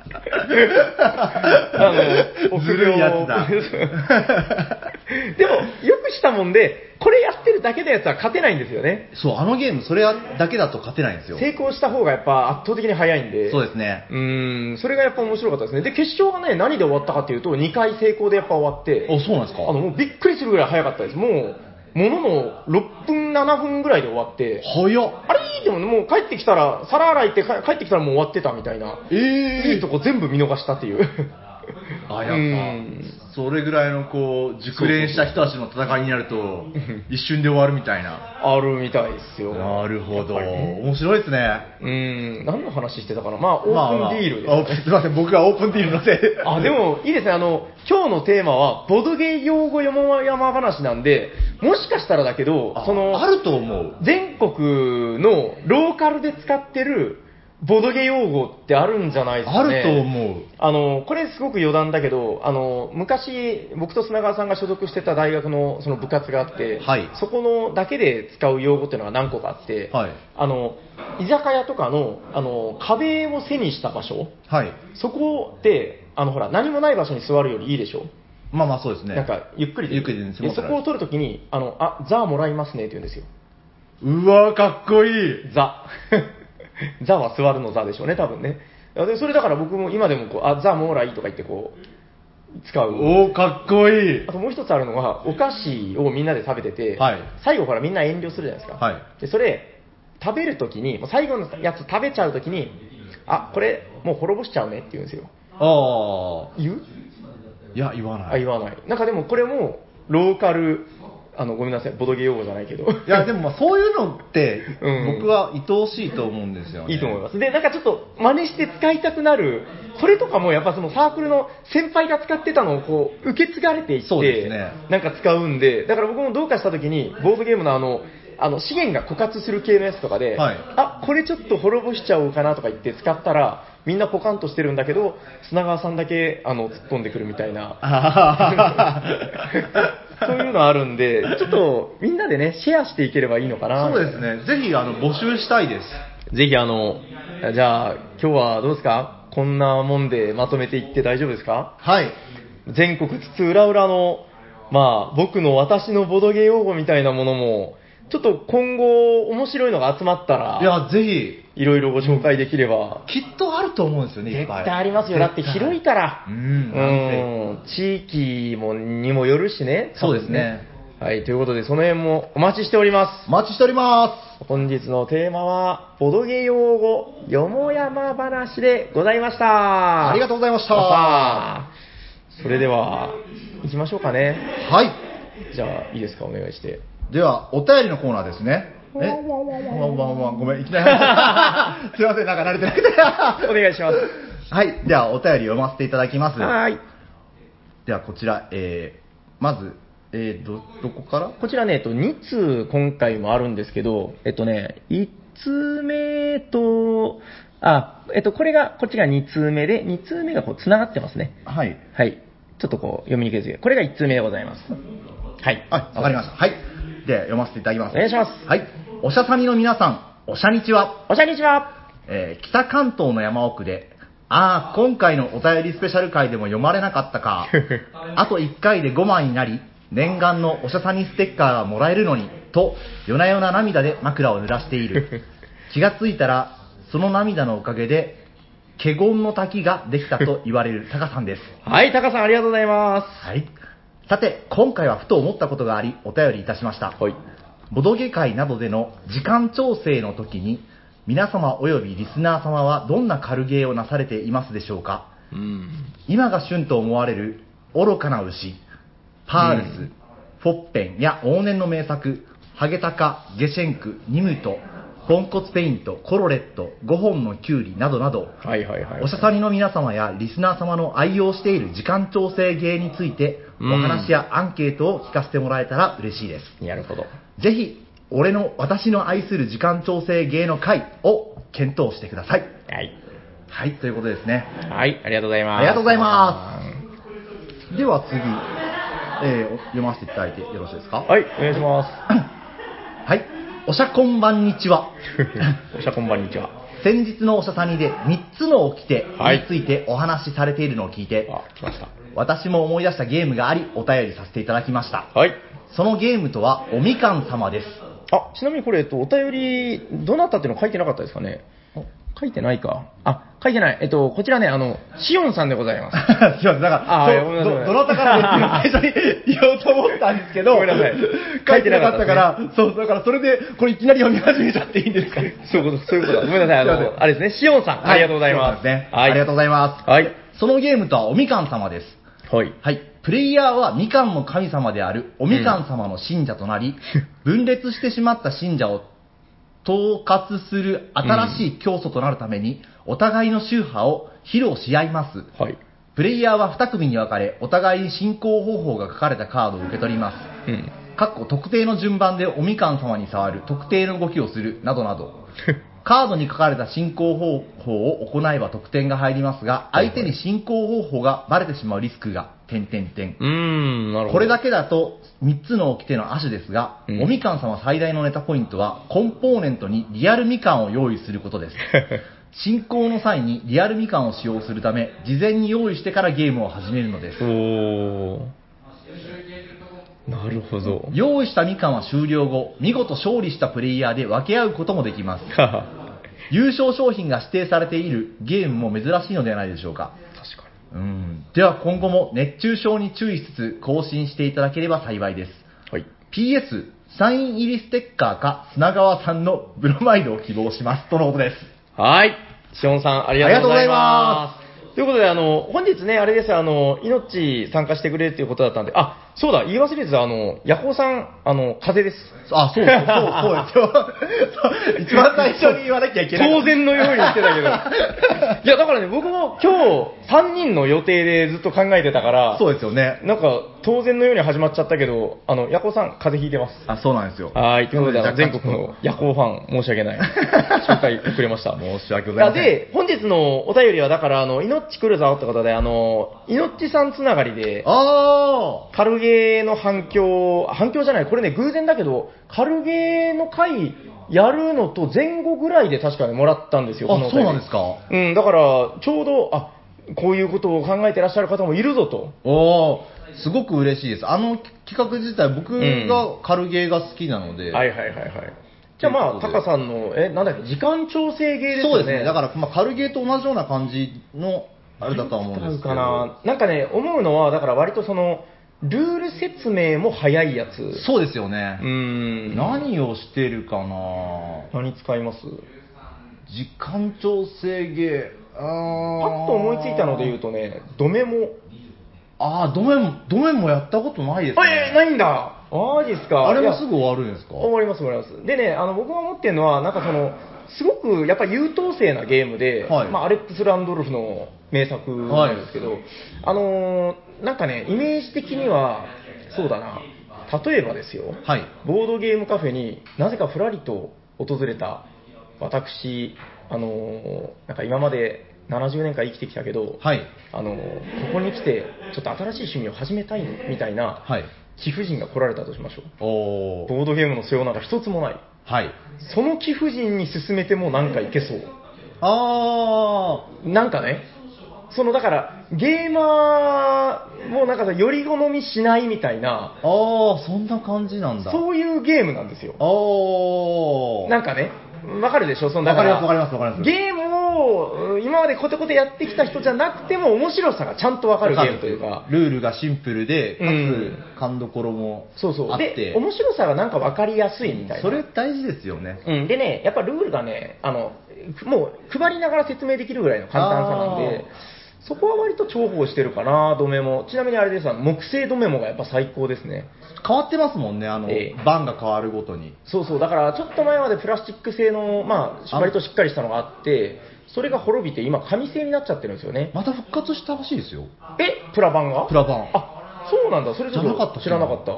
ずるいやつだ。
でもよくしたもんでこれやってるだけのやつは勝てないんですよね。
そう、あのゲームそれだけだと勝てないんですよ。
成功した方がやっぱ圧倒的に早いんで。
そうですね。
それがやっぱ面白かったですね。で決勝がね何で終わったかっていうと2回成功でやっぱ終わって。
あ、そうなんですか。
もうびっくりするぐらい早かったです。もうものの6分7分ぐらいで終わって。
早っ。
あれでももう帰ってきたら皿洗いって帰ってきたらもう終わってたみたいな。いいとこ全部見逃したっていう。
あ、やっぱそれぐらいのこう熟練した人たちの戦いになると一瞬で終わるみたいな。
あるみたいですよ。
なるほど。面白いです
ね。何の話してたかな。まあオープンディールです、
すみません、僕がオープンディールのせいで。
でもいいですね。今日のテーマはボドゲ用語よもやま話なんで、もしかしたらだけど
あると思う。
全国のローカルで使ってるボドゲ用語ってあるんじゃないですかね。
あると思う。
これすごく余談だけど、昔、僕と砂川さんが所属してた大学のその部活があって、
はい、
そこのだけで使う用語っていうのが何個かあって、
はい、
居酒屋とかの、壁を背にした場所、
はい、
そこで、ほら、何もない場所に座るよりいいでしょ。
まあまあそうですね。
なんか、ゆっくりで。そこを取るときに、ザもらいますねって言うんですよ。
うわー、かっこいい。
ザ。ザは座るのザでしょうね、多分ね。でそれだから僕も今でもザもらいとか言って使う。
おー、かっこいい。
あともう一つあるのが、お菓子をみんなで食べてて、
はい、
最後ほらみんな遠慮するじゃないですか。
はい、
でそれ、食べるときに、最後のやつ食べちゃうときに、これもう滅ぼしちゃうねって言うんですよ。言う？
いや、言わない。
言わない。なんかでもこれも、ローカル、ごめんなさい、ボドゲ用語じゃないけど。
いや、でもそういうのって、僕は愛おしいと思うんですよね。
いいと思います。で、なんかちょっと真似して使いたくなる、それとかもやっぱそのサークルの先輩が使ってたのを受け継がれていって、
そうですね、
なんか使うんで、だから僕もどうかした時に、ボードゲームの資源が枯渇する系のやつとかで、
はい、
これちょっと滅ぼしちゃおうかなとか言って使ったら、みんなポカンとしてるんだけど、砂川さんだけ突っ込んでくるみたいな。そういうのあるんで、ちょっとみんなでね、シェアしていければいいのかな。
そうですね。ぜひ募集したいです。
ぜひじゃあ今日はどうですか？こんなもんでまとめていって大丈夫ですか？
はい。
全国津々浦々の、まあ私のボドゲ用語みたいなものも、ちょっと今後面白いのが集まったら、
いや、ぜひ。
いろいろご紹介できれば。
きっとあると思うんですよね、
絶対ありますよ。だって広いから。地域にもよるしね。
そうですね。
はい、ということで、その辺もお待ちしております。
お待ちしております。
本日のテーマは、ボドゲ用語、よもやま話でございました。
ありがとうございました。
それでは、行きましょうかね。
はい。
じゃあ、いいですか、お願いして。
では、お便りのコーナーですね。ごめん、いきなり。すいません、なんか慣れてなくて。
お願いします。
はい。では、お便り読ませていただきます。
はい。
では、こちら、まず、どこから？
こちらね、2通今回もあるんですけど、1通目と、こっちが2通目で、2通目が繋がってますね。
はい。
はい。ちょっと読みにくいですけど、これが1通目でございます。はい。
わかりました。はい。で、読ませていただきます。
お願いします。
はい。おしゃさみの皆さん、おしゃにちは。
おしゃにちは。
北関東の山奥で、今回のお便りスペシャル回でも読まれなかったか。あと1回で5枚になり、念願のおしゃさにステッカーがもらえるのに、と、夜な夜な涙で枕を濡らしている。気がついたら、 その涙のおかげで、華厳の滝ができたと言われるタカさんです。
はい、タカさんありがとうございます。
はい。さて、今回はふと思ったことがあり、お便りいたしました。
はい。
ボドゲ会などでの時間調整の時に、皆様およびリスナー様はどんな軽芸をなされていますでしょうか。今が旬と思われる愚かな牛、パールス、フォッペンや往年の名作、ハゲタカ、ゲシェンク、ニムト、ポンコツペイント、コロレット、5本のキュウリなどなど、おしゃさにの皆様やリスナー様の愛用している時間調整芸について、お話やアンケートを聞かせてもらえたら嬉しいです。
なるほど。
ぜひ、私の愛する時間調整芸の会を検討してください。
はい。
はい、ということですね。
はい、ありがとうございます。
ありがとうございます。では次、読ませていただいてよろしいですか。
はい、お願いします。
はい、おしゃこんばんにちは。
おしゃこんばんにちは。
先日のおしゃさにで3つの掟についてお話しされているのを聞いて、
来ました。
私も思い出したゲームがあり、お便りさせていただきました。
はい。
そのゲームとは、おみかん様です。
あ、ちなみにこれ、お便り、どなたっていうの書いてなかったですかね。書いてないか。あ、書いてない。こちらね、シオンさんでございます。
シオン、だから、どなたからですっていうの最初に言おうと思ったんですけど、
ごめんなさい。
書いてなかったから、そう、だからそれで、これいきなり読み始めちゃっていいんですか。
そういうことだ。ごめんなさい。あれですね、シオンさん、ありがとうございます。
はい、ありがとうございます。
はい。
そのゲームとは、おみかん様です。
はい。
はい。プレイヤーはみかんの神様であるおみかん様の信者となり、分裂してしまった信者を統括する新しい教祖となるために、お互いの宗派を披露し合います。
はい。
プレイヤーは2組に分かれ、お互いに進行方法が書かれたカードを受け取ります。特定の順番でおみかん様に触る、特定の動きをする、などなど。カードに書かれた進行方法を行えば得点が入りますが、相手に進行方法がバレてしまうリスクが、
なるほど。
これだけだと3つの掟の亜種ですが、おみかん様最大のネタポイントは、コンポーネントにリアルみかんを用意することです。進行の際にリアルみかんを使用するため、事前に用意してからゲームを始めるのです。
なるほど。
用意したみかんは終了後、見事勝利したプレイヤーで分け合うこともできます。優勝商品が指定されているゲームも珍しいのではないでしょうか。
確か
に。では今後も熱中症に注意しつつ更新していただければ幸いです。
はい。
PS、サイン入りステッカーか砂川さんのブロマイドを希望します。とのことです。
はい。シオンさん、ありがとうございます。ということで、本日ね、あれです、命参加してくれるっていうことだったんで、あ、そうだ、言い忘れてた、ヤホーさん、風邪です。
あ、そうですよ。一番最初に言わなきゃいけない。
当然のように言ってたけど。いや、だからね、僕も今日、3人の予定でずっと考えてたから、
そうですよね。
なんか、当然のように始まっちゃったけど、ヤホーさん、風邪ひいてます。
あ、そうなんですよ。
はい、ということで、全国のヤホーファン、申し訳ない。紹介遅れました。
申し訳ございません。
で、本日のお便りは、だから、イノッチ来るぞってことで、イノッチさんつながりで、カルゲーの反響じゃない、これね、偶然だけど、カルゲーの回やるのと前後ぐらいで確かにもらったんですよ、
あ、そうなんですか。
だから、ちょうど、こういうことを考えてらっしゃる方もいるぞ
と。すごく嬉しいです。企画自体、僕がカルゲーが好きなので。
はい。じゃあまあ、タカさんの、なんだっけ、時間調整ゲーですよね。
そうですね。だから、カルゲーと同じような感じの、あれだとは思うんですけど。
なんかね、思うのは、だから割とルール説明も早いやつ。
そうですよね。何をしてるかな。
何使います？
時間調整ゲー。
パッと思いついたので言うとね、ドメモ。
ドメモやったことないですね。
ないんだ。マジっすか。
あれもすぐ終わるんですか？
終わります。でね、僕が思ってるのは、なんかすごくやっぱり優等生なゲームで、アレックス・ランドルフの名作なんですけど、なんかね、イメージ的には、そうだな、例えばですよ、ボードゲームカフェになぜかふらりと訪れた私、なんか今まで70年間生きてきたけど、ここに来て、ちょっと新しい趣味を始めたいみたいな、貴婦人が来られたとしましょう。ボードゲームの素養なんか一つもない。その貴婦人に勧めてもなんかいけそう。なんかね、だから、ゲーマーもなんかより好みしないみたいな。
そんな感じなんだ。
そういうゲームなんですよ。なんかね、 わかるでしょ、その
わかります、わかります、わかります。
ゲームを今までコテコテやってきた人じゃなくても面白さがちゃんとわかるゲームというか。
ルールがシンプルで、かつ、勘どころもあって。
そうそう。で、面白さがなんかわかりやすいみたいな。
それ大事ですよね。
でね、やっぱルールがね、もう配りながら説明できるぐらいの簡単さなんで、そこは割と重宝してるかな、ドメモ。ちなみにあれです、木製ドメモがやっぱ最高ですね。
変わってますもんね、版が変わるごとに。
そうそう、だからちょっと前までプラスチック製の、割としっかりしたのがあって、それが滅びて今紙製になっちゃってるんですよね。
また復活したらしいですよ。
プラ版が
プラ版。
そうなんだ、それちょっと知らなかった。
うん。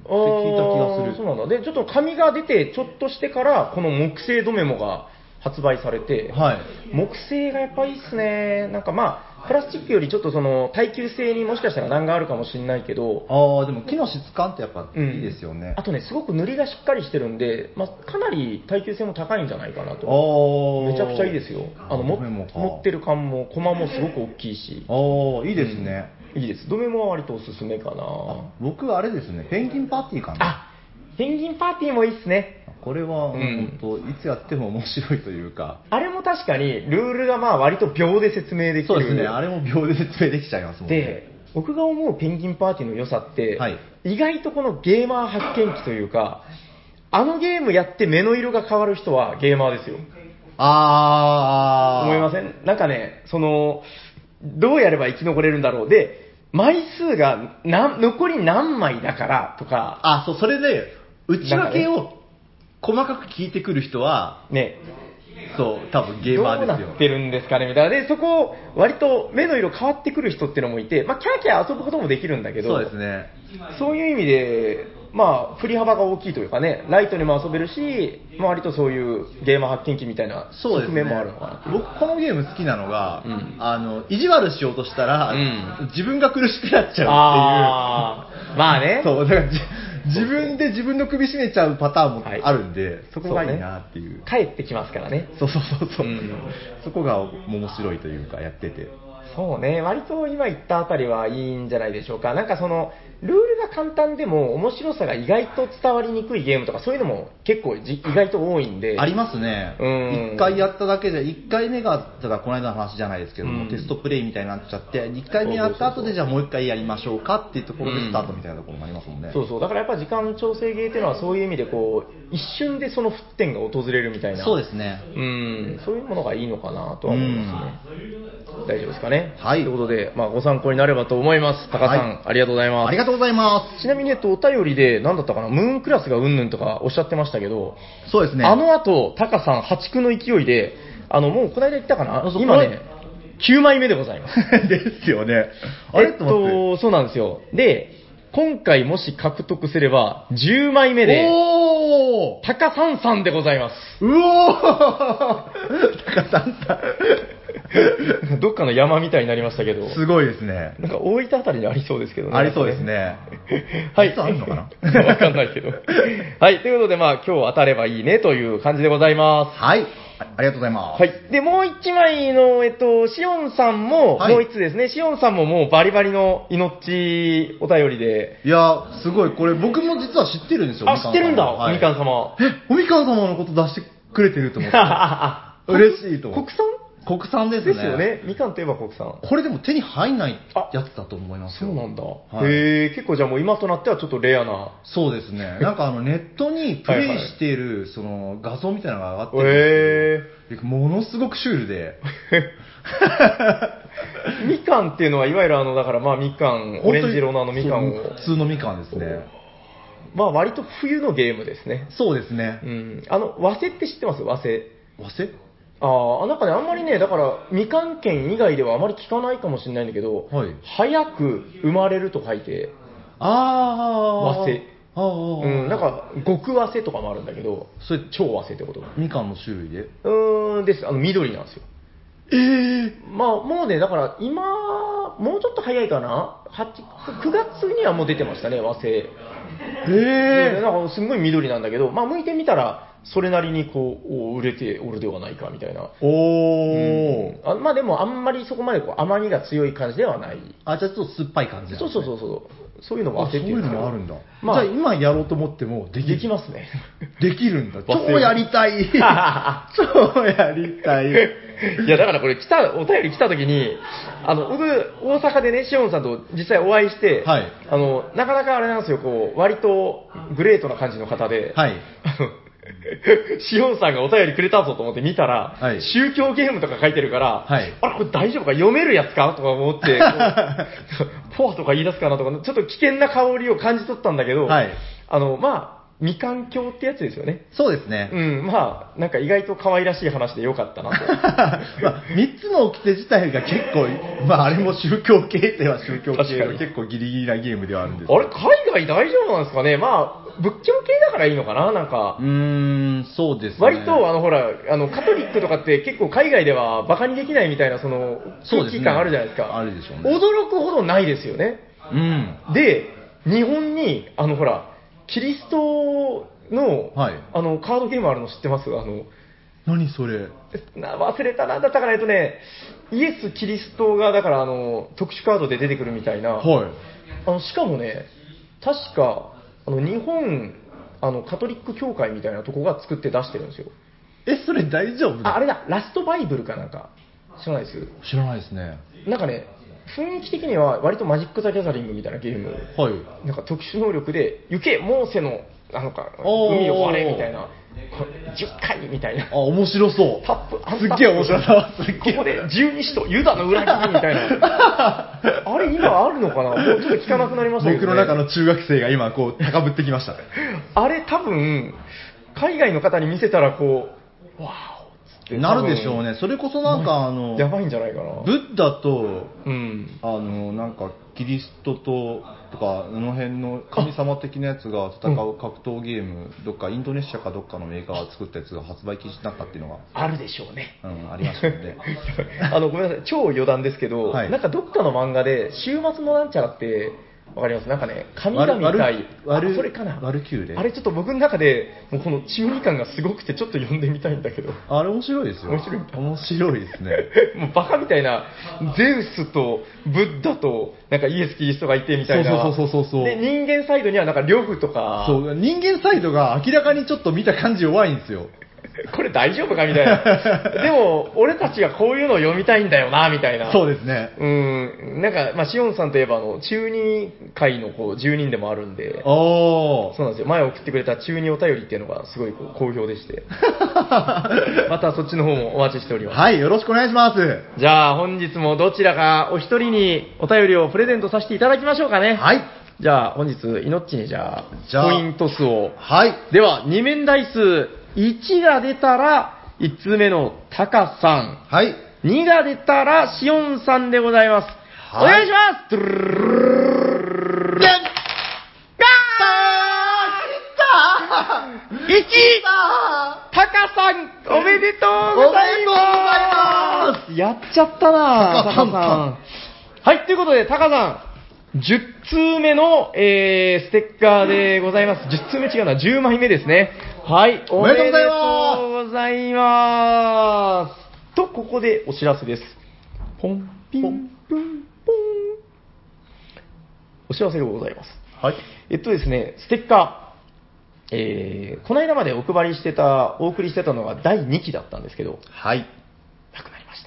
聞いた気がする。
そうなんだ。で、ちょっと紙が出て、ちょっとしてから、この木製ドメモが発売されて、木製がやっぱいいっすね。なんかプラスチックよりちょっとその耐久性にもしかしたら難があるかもしれないけど、
でも木の質感ってやっぱいいですよね。
あとね、すごく塗りがしっかりしてるんで、かなり耐久性も高いんじゃないかなと。めちゃくちゃいいですよ。持ってる感も、コマもすごく大きいし。
いいですね。
いいです。ドメモは割とおすすめかな。
僕はあれですね、ペンギンパーティーかな。
ペンギンパーティーもいいっすね。
これは、本当いつやっても面白いというか。
あれも確かに、ルールが割と秒で説明できる。
そうですね、あれも秒で説明できちゃいますもんね。
で、僕が思うペンギンパーティーの良さって、意外とこのゲーマー発見器というか、あのゲームやって目の色が変わる人はゲーマーですよ。思いません？なんかね、どうやれば生き残れるんだろう。で、枚数が残り何枚だからとか。
それで、内訳を細かく聞いてくる人は、そう、多分ゲーマーですよ。
どうなってるんですかねみたいな。で、そこを割と目の色変わってくる人っていうのもいて、キャーキャー遊ぶこともできるんだけど、
そうですね。
そういう意味で、振り幅が大きいというかね、ライトにも遊べるし、割とそういうゲーマー発見器みたいな側面もあるのかな。
僕、このゲーム好きなのが、意地悪しようとしたら、自分が苦しくなっちゃうっていう。そう、だから自分で自分の首絞めちゃうパターンもあるんで、そこがいいなっていう。
帰ってきますからね。
そう。そこが面白いというか、やってて。
そうね、割と今言ったあたりはいいんじゃないでしょうか。なんかルールが簡単でも面白さが意外と伝わりにくいゲームとかそういうのも結構意外と多いんで。
ありますね。1回やっただけで、1回目が、だからこの間の話じゃないですけども、テストプレイみたいになっちゃって、1回目やった後でじゃあもう1回やりましょうかっていうところでスタートみたいなところもありますもんね。
そう。だからやっぱ時間調整ゲーっていうのはそういう意味で一瞬でその沸点が訪れるみたいな。
そうですね。
そういうものがいいのかなとは思いますね。大丈夫ですかね。
はい。
ということで、ご参考になればと思います。高さん、ありがとうございます。
ありがとうございます。
ちなみに、お便りで、何だったかな、ムーンクラスがうんぬんとかおっしゃってましたけど、
そうですね。
あの後、タカさん、破竹の勢いで、もうこの間言ったかな、今ね、9枚目でございます。
ですよね。
そうなんですよ。で、今回もし獲得すれば、10枚目で、タカさんさんでございます。
タカさんさ
ん。どっかの山みたいになりましたけど。
すごいですね。
なんか大分あたりにありそうですけどね。
ありそうですね。
はい。
あるのかな
わかんないけど。はい。ということで、今日当たればいいねという感じでございます。
はい。ありがとうございます。
はい。で、もう一枚の、シオンさんも、もう一つですね。シオンさんももうバリバリの命お便りで。
いや、すごい。これ僕も実は知ってるんですよ。
知ってるんだ、おみかん様。
おみかん様のこと出してくれてると思って。嬉しいと思って。国産ですね。
ですよね。みかんといえば国産。
これでも手に入んないやつだと思いますよ。
そうなんだ。結構じゃあもう今となってはちょっとレアな。
そうですね。なんかネットにプレイしているその画像みたいなのが上がってるんですけど、ものすごくシュールで。
みかんっていうのは、いわゆるだからみかん、オレンジ色のみかんを。
普通のみかんですね。
割と冬のゲームですね。
そうですね。
和製って知ってます？和製。
和製？
なんかね、あんまりね、だから、みかん県以外ではあまり聞かないかもしれないんだけど、早く生まれると書いて、和製。なんか、極和製とかもあるんだけど、それ超和製ってこと。
みかんの種類で
です。緑なんですよ。もうね、だから今、もうちょっと早いかな ?9 月にはもう出てましたね、和製。なんかすんごい緑なんだけど、剥いてみたら、それなりに売れておるではないかみたいな。でもあんまりそこまで甘みが強い感じではない。
じゃあちょっと酸っぱい感じなんですね。
そう。 そういうのも当ててるんですけど。
そういうのもあるんだ。まあ、じゃあ今やろうと思っても
できますね。
できるんだ。超やりたい。超やりたい。
いや、だからこれお便り来た時に、僕、大阪でね、しおんさんと実際お会いして、
はい、
なかなかあれなんですよ、割とグレートな感じの方で、
はい。
しおんさんがお便りくれたぞと思って見たら、はい、宗教ゲームとか書いてるから、はい、あれこれ大丈夫か読めるやつかとか思って、ポワとか言い出すかなとか、ちょっと危険な香りを感じ取ったんだけど、はい、まあ、未環境ってやつですよね。
そうですね。
うん、まあ、なんか意外と可愛らしい話でよかったなと。
まあ、3つの掟自体が結構、まあ、あれも宗教系では宗教系の結構ギリギリなゲームではあるんですけど。
あれ、海外大丈夫なんですかね。まあ、仏教系だからいいのかななんか。
そうですね。
割と、ほら、カトリックとかって結構海外ではバカにできないみたいな、空気感あるじゃないですか。
あるでしょうね。
驚くほどないですよね。うん。で、日本に、ほら、キリストの、はい、カードゲームあるの知ってます？
何それ？
忘れたな。だったからイエス・キリストが、だから特殊カードで出てくるみたいな。はい。しかもね、確か、日本、カトリック教会みたいなとこが作って出してるんですよ。
それ大丈夫？
あれだ、ラストバイブルかなんか。知らないです？
知らないですね。
なんかね、雰囲気的には割とマジック・ザ・ギャザリングみたいなゲーム、はい、なんか特殊能力で、行け、モーセの、なんか、海を割れみたいな、10回みたいな。
面白そう。
タップ、
すっげえ面白そう。
ここで十二使徒、ユダの裏切りみたいな。あれ、今あるのかな？もうちょっと聞かなくなりましたけど、ね、
僕の中の中学生が今、こう、高ぶってきました。
あれ、多分、海外の方に見せたら、わー
なるでしょうね。それこそなんか
やばいんじゃないかな。
ブッダと、うん、なんかキリストとかあの辺の神様的なやつが戦う格闘ゲーム、どっかインドネシアかどっかのメーカーが作ったやつが発売禁止になったっていうのが
あるでしょうね。
うん、ありましたよね。
ごめんなさい、超余談ですけど、はい、なんかどっかの漫画で週末のなんちゃらってわかります？なんかね、神々対、それかな。
ワルキューレ。
あれちょっと僕の中で、もうこの中二感がすごくてちょっと読んでみたいんだけど。
あれ面白いですよ。面白いですね。
もうバカみたいな、ゼウスとブッダと、なんかイエス・キリストがいてみたいな。
そう。で、
人間サイドにはなんか呂布とか。
そう、人間サイドが明らかにちょっと見た感じ弱いんですよ。
これ大丈夫かみたいな。でも、俺たちがこういうのを読みたいんだよな、みたいな。
そうですね。
なんか、まあ、しおんさんといえば、中二会の住人でもあるんで、そうなんですよ。前送ってくれた中二お便りっていうのがすごい好評でして。またそっちの方もお待ちしております。
はい、よろしくお願いします。
じゃあ、本日もどちらかお一人にお便りをプレゼントさせていただきましょうかね。
はい。
じゃあ、本日、いのっちにポイント数を。
はい。
では、二面ダイス、1が出たら、1通目のタカさん。
はい。
2が出たら、しおんさんでございます。はい、お願いします。1! タカさん、おめでとうございます。やっちゃったなタカさん。はい、ということで、タカさん、10通目の、ステッカーでございます。10通目違うな、10枚目ですね。はい、おめでとうございます。と、ここでお知らせです。ポン、ピン、プン、ポン。お知らせがございます。
はい。
ですね、ステッカー、この間までお送りしてたのが第2期だったんですけど、
はい。
なくなりました。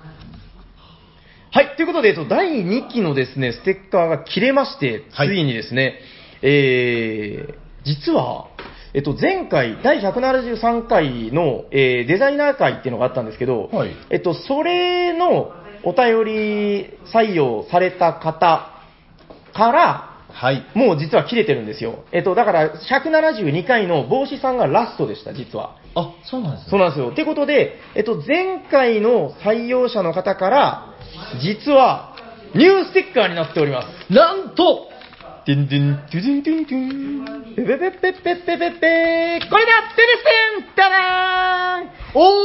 はい、ということで、第2期のですね、ステッカーが切れまして、ついにですね、実は、前回、第173回の、デザイナー会っていうのがあったんですけど、
はい、
それのお便り採用された方から、
はい、
もう実は切れてるんですよ。だから172回の帽子さんがラストでした、実は。
あ、そうなんですね。
そうなんですよ。ってことで、前回の採用者の方から、実は、ニューステッカーになっております。
なんと
ディンディン、ディディンディンディン、ペペペペペペペペ、これだ、テレステン、ダラーン、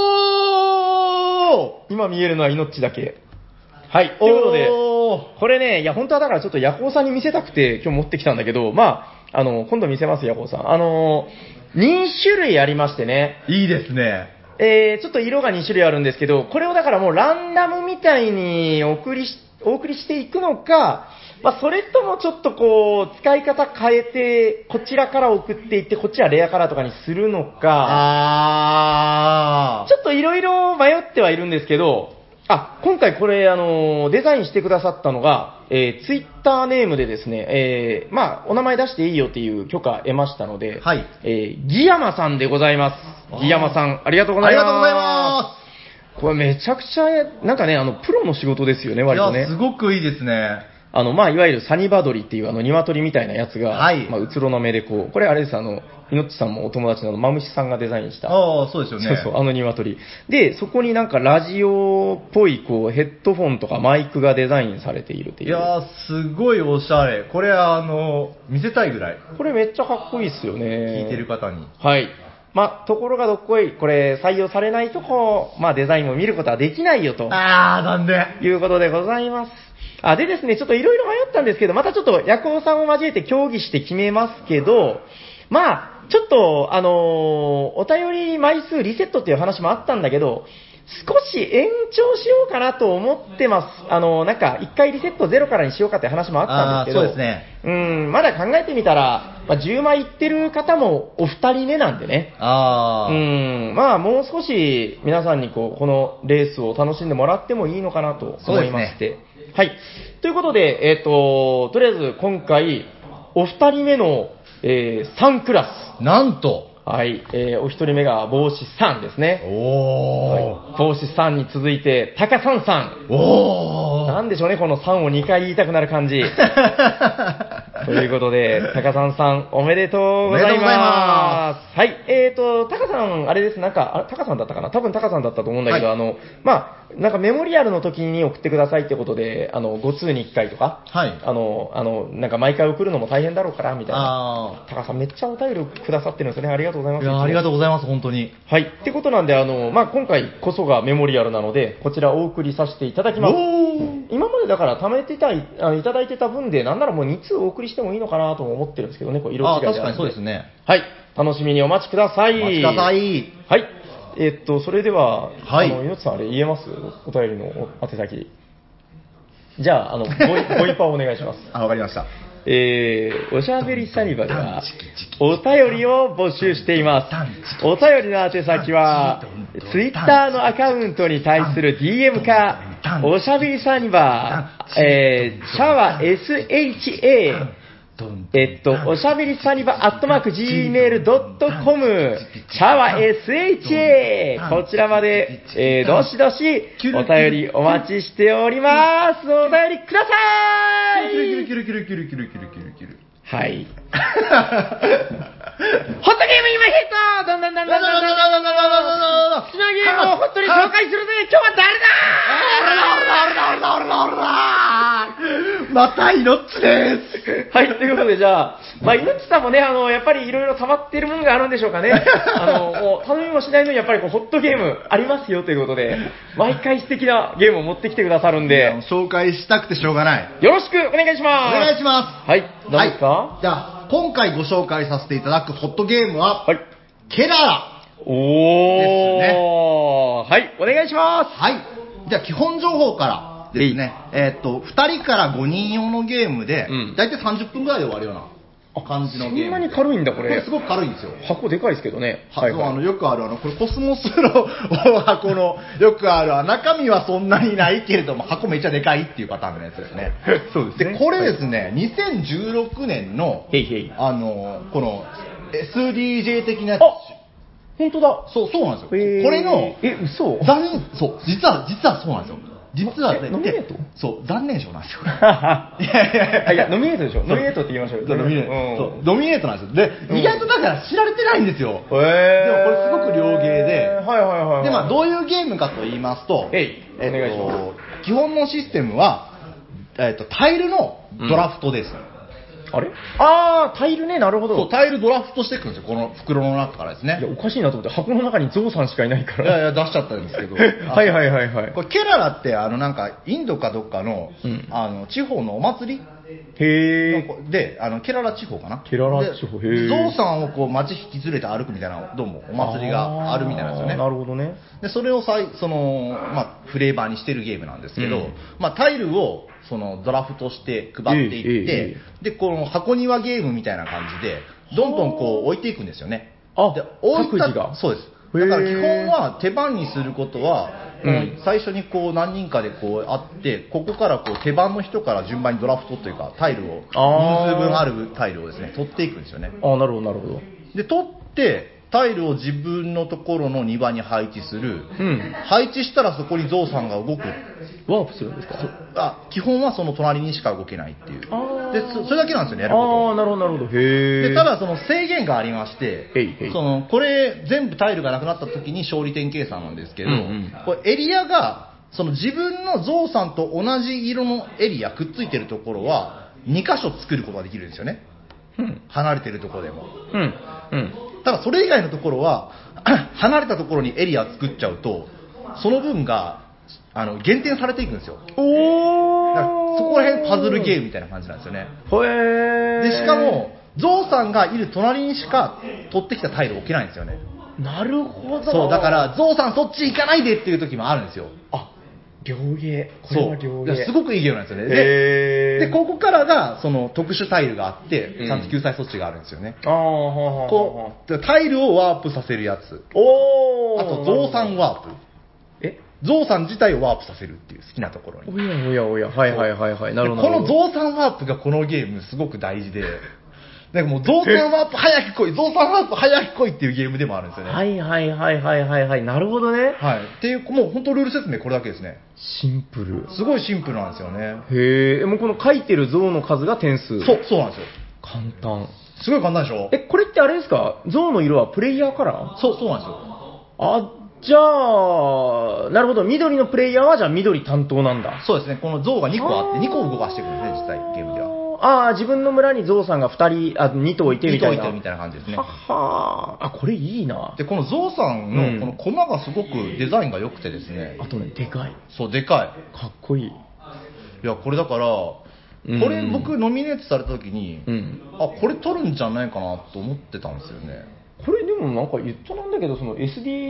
おー、今見えるのは命だけ。はい、ということで、これね、いや、本当はだからちょっとヤコウさんに見せたくて今日持ってきたんだけど、まあ、今度見せます、ヤコウさん。2種類ありましてね。
いいですね。
ちょっと色が2種類あるんですけど、これをだからもうランダムみたいにお送りお送りしていくのか、まあ、それともちょっとこう、使い方変えて、こちらから送っていって、こっちはレアカラーとかにするのか、ちょっといろいろ迷ってはいるんですけど、今回これ、デザインしてくださったのが、ツイッターネームでですね、まあ、お名前出していいよっていう許可得ましたので、
はい。
ギヤマさんでございます。ギヤマさん、ありがとうございます。
ありがとうございます。
これめちゃくちゃ、なんかね、プロの仕事ですよね、割とね。
いや、すごくいいですね。
まあ、いわゆるサニバドリっていう鶏みたいなやつが、
はい。
まあ、うつろの目でこう、これあれです、いのっちさんもお友達のマムシさんがデザインした。
ああ、そうですよね。
そう、鶏。で、そこになんかラジオっぽい、こう、ヘッドフォンとかマイクがデザインされているっていう。
いやー、すごいおしゃれ。これ見せたいぐらい。
これめっちゃかっこいいっすよね。
聞いてる方に。
はい。まあ、ところがどっこい、これ採用されないとこう、まあ、デザインも見ることはできないよと。
なんで
いうことでございます。でですね、ちょっといろいろ迷ったんですけど、またちょっとヤコウさんを交えて協議して決めますけど、まあ、ちょっと、お便り枚数リセットっていう話もあったんだけど、少し延長しようかなと思ってます。なんか、一回リセットゼロからにしようかって話もあったんですけど、
そうですね。
まだ考えてみたら、まあ、10枚いってる方もお二人目なんでね。まあ、もう少し皆さんにこのレースを楽しんでもらってもいいのかなと思いまして。はい。ということで、とりあえず今回、お二人目の、3クラス。
なんと。
はい。お一人目が帽子3ですね。はい、帽子3に続いて、タカさんさん。なんでしょうね、この3を2回言いたくなる感じ。ということで、タカさんさん、おめでとうございます。はい。タカさん、あれです、なんか、タカさんだったかな、多分タカさんだったと思うんだけど、はい、まあ、なんかメモリアルの時に送ってくださいってことで、5通に1回とか、
はい。
なんか毎回送るのも大変だろうから、みたいな。タカさんめっちゃお便りくださってるんですよね。ありがとうございます。
いや、ありがとうございます、本当に。
はい。ってことなんで、まあ、今回こそがメモリアルなので、こちらお送りさせていただきます。今までだから貯めていただいてた分で、なんならもう2通お送りしてもいいのかなとも思ってるんですけどね、こう色違いで。
確かにそうですね。
はい。楽しみにお待ちください。
お待ちください。
はい。それでは、
はい。
猪津さん、あれ言えます？お便りの宛先。じゃあ、ご一報お願いします。
わかりました。
おしゃべりサニバでは、お便りを募集しています。お便りの宛先は、ツイッターのアカウントに対する DM か、おしゃべりサニバ、シャワー SHA、おしゃべりサニバ@gmail.com、シャワー SHA、こちらまで、どしどしお便りお待ちしております。お便りください。
キル。
はい。ホットゲーム今ヒット、どんどん好きなゲームを本当に紹介するぜ。今日は誰だ。
またイノッチです。
はい、ということでじゃあ、まあイノッチさんもね、やっぱりいろいろ溜まってるものがあるんでしょうかね。もう頼みもしないのにやっぱりホットゲームありますよということで、毎回素敵なゲームを持ってきてくださるんで、
紹介したくてしょうがない。
よろしくお願いします。
お願いします。
はい、何ですか？
はい、じゃあ今回ご紹介させていただくホットゲームは、はい、ケララですね。
はい、お願いします。
はい、じゃあ基本情報からですね。2人から5人用のゲームで、だいたい30分ぐらいで終わるような感じのゲーム。
そんなに軽いんだ、これ。
これすごく軽いんですよ。
箱でかいですけどね。
はい、よくあるこれコスモスの箱のよくある中身はそんなにないけれども箱めっちゃでかいっていうパターンのやつですね。
そうですね。
でこれですね、2016年のこの SDJ 的なやつ。
本当だ。
そうなんですよ。これの
嘘。
そう実はそうなんですよ。実はね、
ノミネート？
そう、残念賞なんですよ。い
や、ノミネートでしょ。ノミネートって言いましょうよ。
ノミネートなんですよ。で、意外とだから知られてないんですよ。でもこれすごく良芸で、で、まあどういうゲームかと言いますと、
お願いします。
基本のシステムは、タイルのドラフトです。
あれ？タイルね、なるほど。
そう、タイルドラフトしていくんですよ、この袋の中からですね。
いや、おかしいなと思って、箱の中にゾウさんしかいないから。
いや、出しちゃったんですけど。
はい。
これ、ケララって、なんか、インドかどっかの、地方のお祭り
へ
ー。で、ケララ地方かな。
ケララ地方、へー。
ゾウさんをこう街引き連れて歩くみたいな、どうもお祭りがあるみたいなんですよね。
なるほどね。
で、それをフレーバーにしてるゲームなんですけど、タイルを、ドラフトして配っていって、で、この箱庭ゲームみたいな感じで、どんどんこう置いていくんですよね。で、
各自が。
そうです。だから基本は手番にすることは、最初にこう何人かでこうあって、ここからこう手番の人から順番にドラフトというか、タイルを、人数分あるタイルをですね、取っていくんですよね。
なるほど、なるほど。
で、取って、タイルを自分のところの庭に配置する。配置したらそこにゾウさんが動く。
ワープするんですか？
基本はその隣にしか動けないっていう。で、それだけなんですよね、やること。
なるほど、なるほど。へー。
で、ただその制限がありまして、これ全部タイルがなくなった時に勝利点計算なんですけど、これエリアが、その自分のゾウさんと同じ色のエリア、くっついてるところは、2箇所作ることができるんですよね。離れてるところでも。ただそれ以外のところは離れたところにエリア作っちゃうとその分が減点されていくんですよ。だからそこら辺パズルゲームみたいな感じなんですよね。でしかもゾウさんがいる隣にしか取ってきたタイルを置けないんですよね。
なるほど。
そうだからゾウさんそっち行かないでっていう時もあるんですよ。
両ゲー。これは両ゲー。
すごくいいゲームなんですよね。でここからがその特殊タイルがあって、ちゃんと救済措置があるんですよね。こうタイルをワープさせるやつ。あとゾウさんワープ。ゾウさん自体をワープさせるっていう好きなところに。
おや。はい。なるほど。
このゾウさんワープがこのゲームすごく大事で。なんかもうゾウさんワープ早く来い、ゾウさんワープ早く来いっていうゲームでもあるんですよね。
はい。なるほどね。
はい。っていう、もう本当ルール説明これだけですね。
シンプル。
すごいシンプルなんですよね。
へえ。もうこの書いてるゾウの数が点数。
そうなんですよ。
簡単。
すごい簡単でしょ？
これってあれですか？ゾウの色はプレイヤーカラー？
そうなんですよ。
じゃあ、なるほど。緑のプレイヤーはじゃあ緑担当なんだ。
そうですね。このゾウが2個あって、2個動かしていくんですね、実際ゲームでは。
自分の村にゾウさんが2頭いてみたいな。2頭
いてるみたいな感じですね。
これいいな。
で、このゾウさんのこのコマがすごくデザインが良くてですね。
あとね、でかい。
そう、でか
い。かっこいい。
いや、これだから、これ僕ノミネートされた時に、これ取るんじゃないかなと思ってたんですよね。
これでもなんか言っちゃなんだけど、その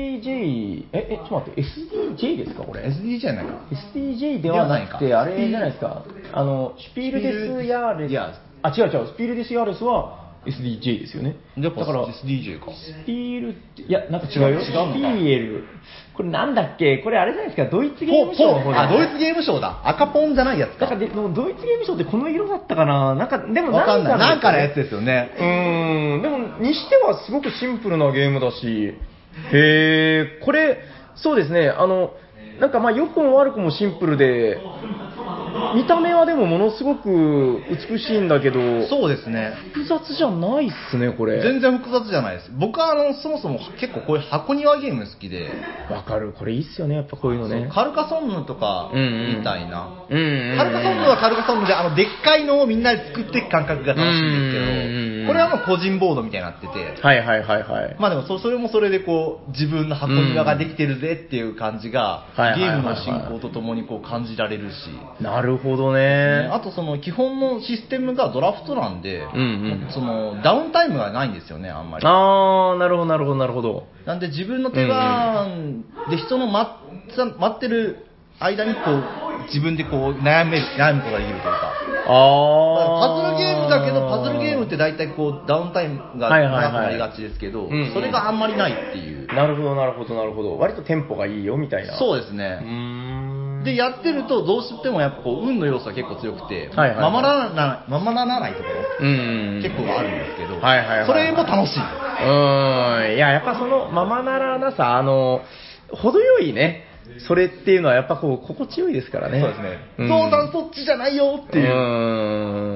SDJ、ちょっと待って、SDJ ですかこれ？
SDJ じゃないか。
SDJ ではなくて、あれじゃないですか。シュピールデスヤーレス。違う。スピールデスヤーレスは SDJ ですよね。
だから SDJ か。
スピール、なんか違うよ。スピール。これなんだっけ？これあれじゃないですか、ドイツゲームショー。
ドイツゲームショーだ。赤ポンじゃないやつか。
だからドイツゲームショーってこの色だったかな？でも
わかんない。なんかのやつですよね。
でもにしてはすごくシンプルなゲームだし、これ、そうですね、なんか良くも悪くもシンプルで、見た目はでもものすごく美しいんだけど、
そうですね。
複雑じゃないっすね、これ。
全然複雑じゃないです。僕はそもそも結構こういう箱庭ゲーム好きで。
わかる、これいいっすよね、やっぱこういうのね。
カルカソンヌとかみたいな。カルカソンヌはカルカソンヌで、でっかいのをみんなで作っていく感覚が楽しいんですけど、これはもう個人ボードみたいになってて。
はい。
まあでもそれもそれでこう、自分の箱庭ができてるぜっていう感じが、ゲームの進行とともにこう感じられるし。
なるほどね。
あとその基本のシステムがドラフトなんで、そのダウンタイムがないんですよね、あんまり。
なるほど。
なんで自分の手番で人の待ってる間にこう自分でこう悩むことができるというか。パズルゲームだけど、パズルゲームって大体こうダウンタイムが長くなりがちですけど、それがあんまりないっていう。
なるほど。割とテンポがいいよみたいな。
そうですね。で、やってるとどうしてもやっぱこう運の要素が結構強くて、ままならないところ、結構あるんですけど、それも楽しい。
いや、やっぱそのままならなさ、程よいね、それっていうのはやっぱこう心地よいですからね。
そうですね。ゾウさんそっちじゃないよっていう。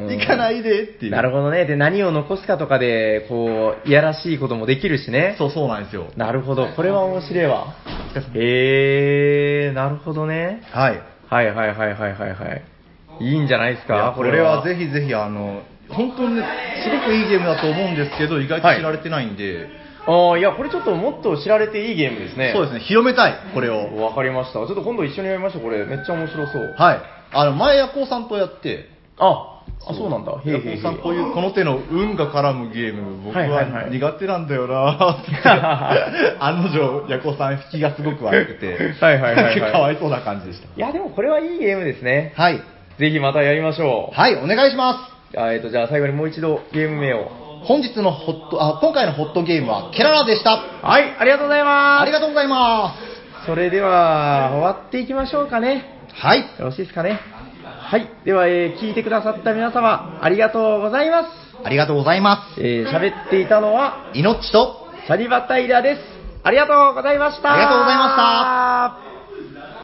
行かないでっていう。
なるほどね。で、何を残すかとかで、こう、いやらしいこともできるしね。
そうなんですよ。
なるほど。これは面白いわ。なるほどね。
はい。
いいんじゃないですか、
これはぜひぜひ、本当にね、すごくいいゲームだと思うんですけど、意外と知られてないんで、
いや、これちょっともっと知られていいゲームですね。
そうですね、広めたい、これを。
わかりました。ちょっと今度一緒にやりましょう、これ。めっちゃ面白そう。
はい。前、ヤコウさんとやって、
あ、そうなんだ。
へえへえ。さん、この手の運が絡むゲーム、僕は苦手なんだよな案の定、ヤコさん引きがすごく悪くて、かわいそうな感じでした。
いや、でもこれはいいゲームですね。
はい。
ぜひまたやりましょ
う。はい、お願いします。
じゃあ最後にもう一度ゲーム名を。
今回のホットゲームはケララでした。
はい、ありがとうございます。
ありがとうございます。
それでは、終わっていきましょうかね。
はい。
よろしいですかね。はい。では、聞いてくださった皆様、ありがとうございます。
ありがとうございます。
喋っていたのは、
いのっちと、
サリバタイラです。ありがとうございました。
ありがとうございました。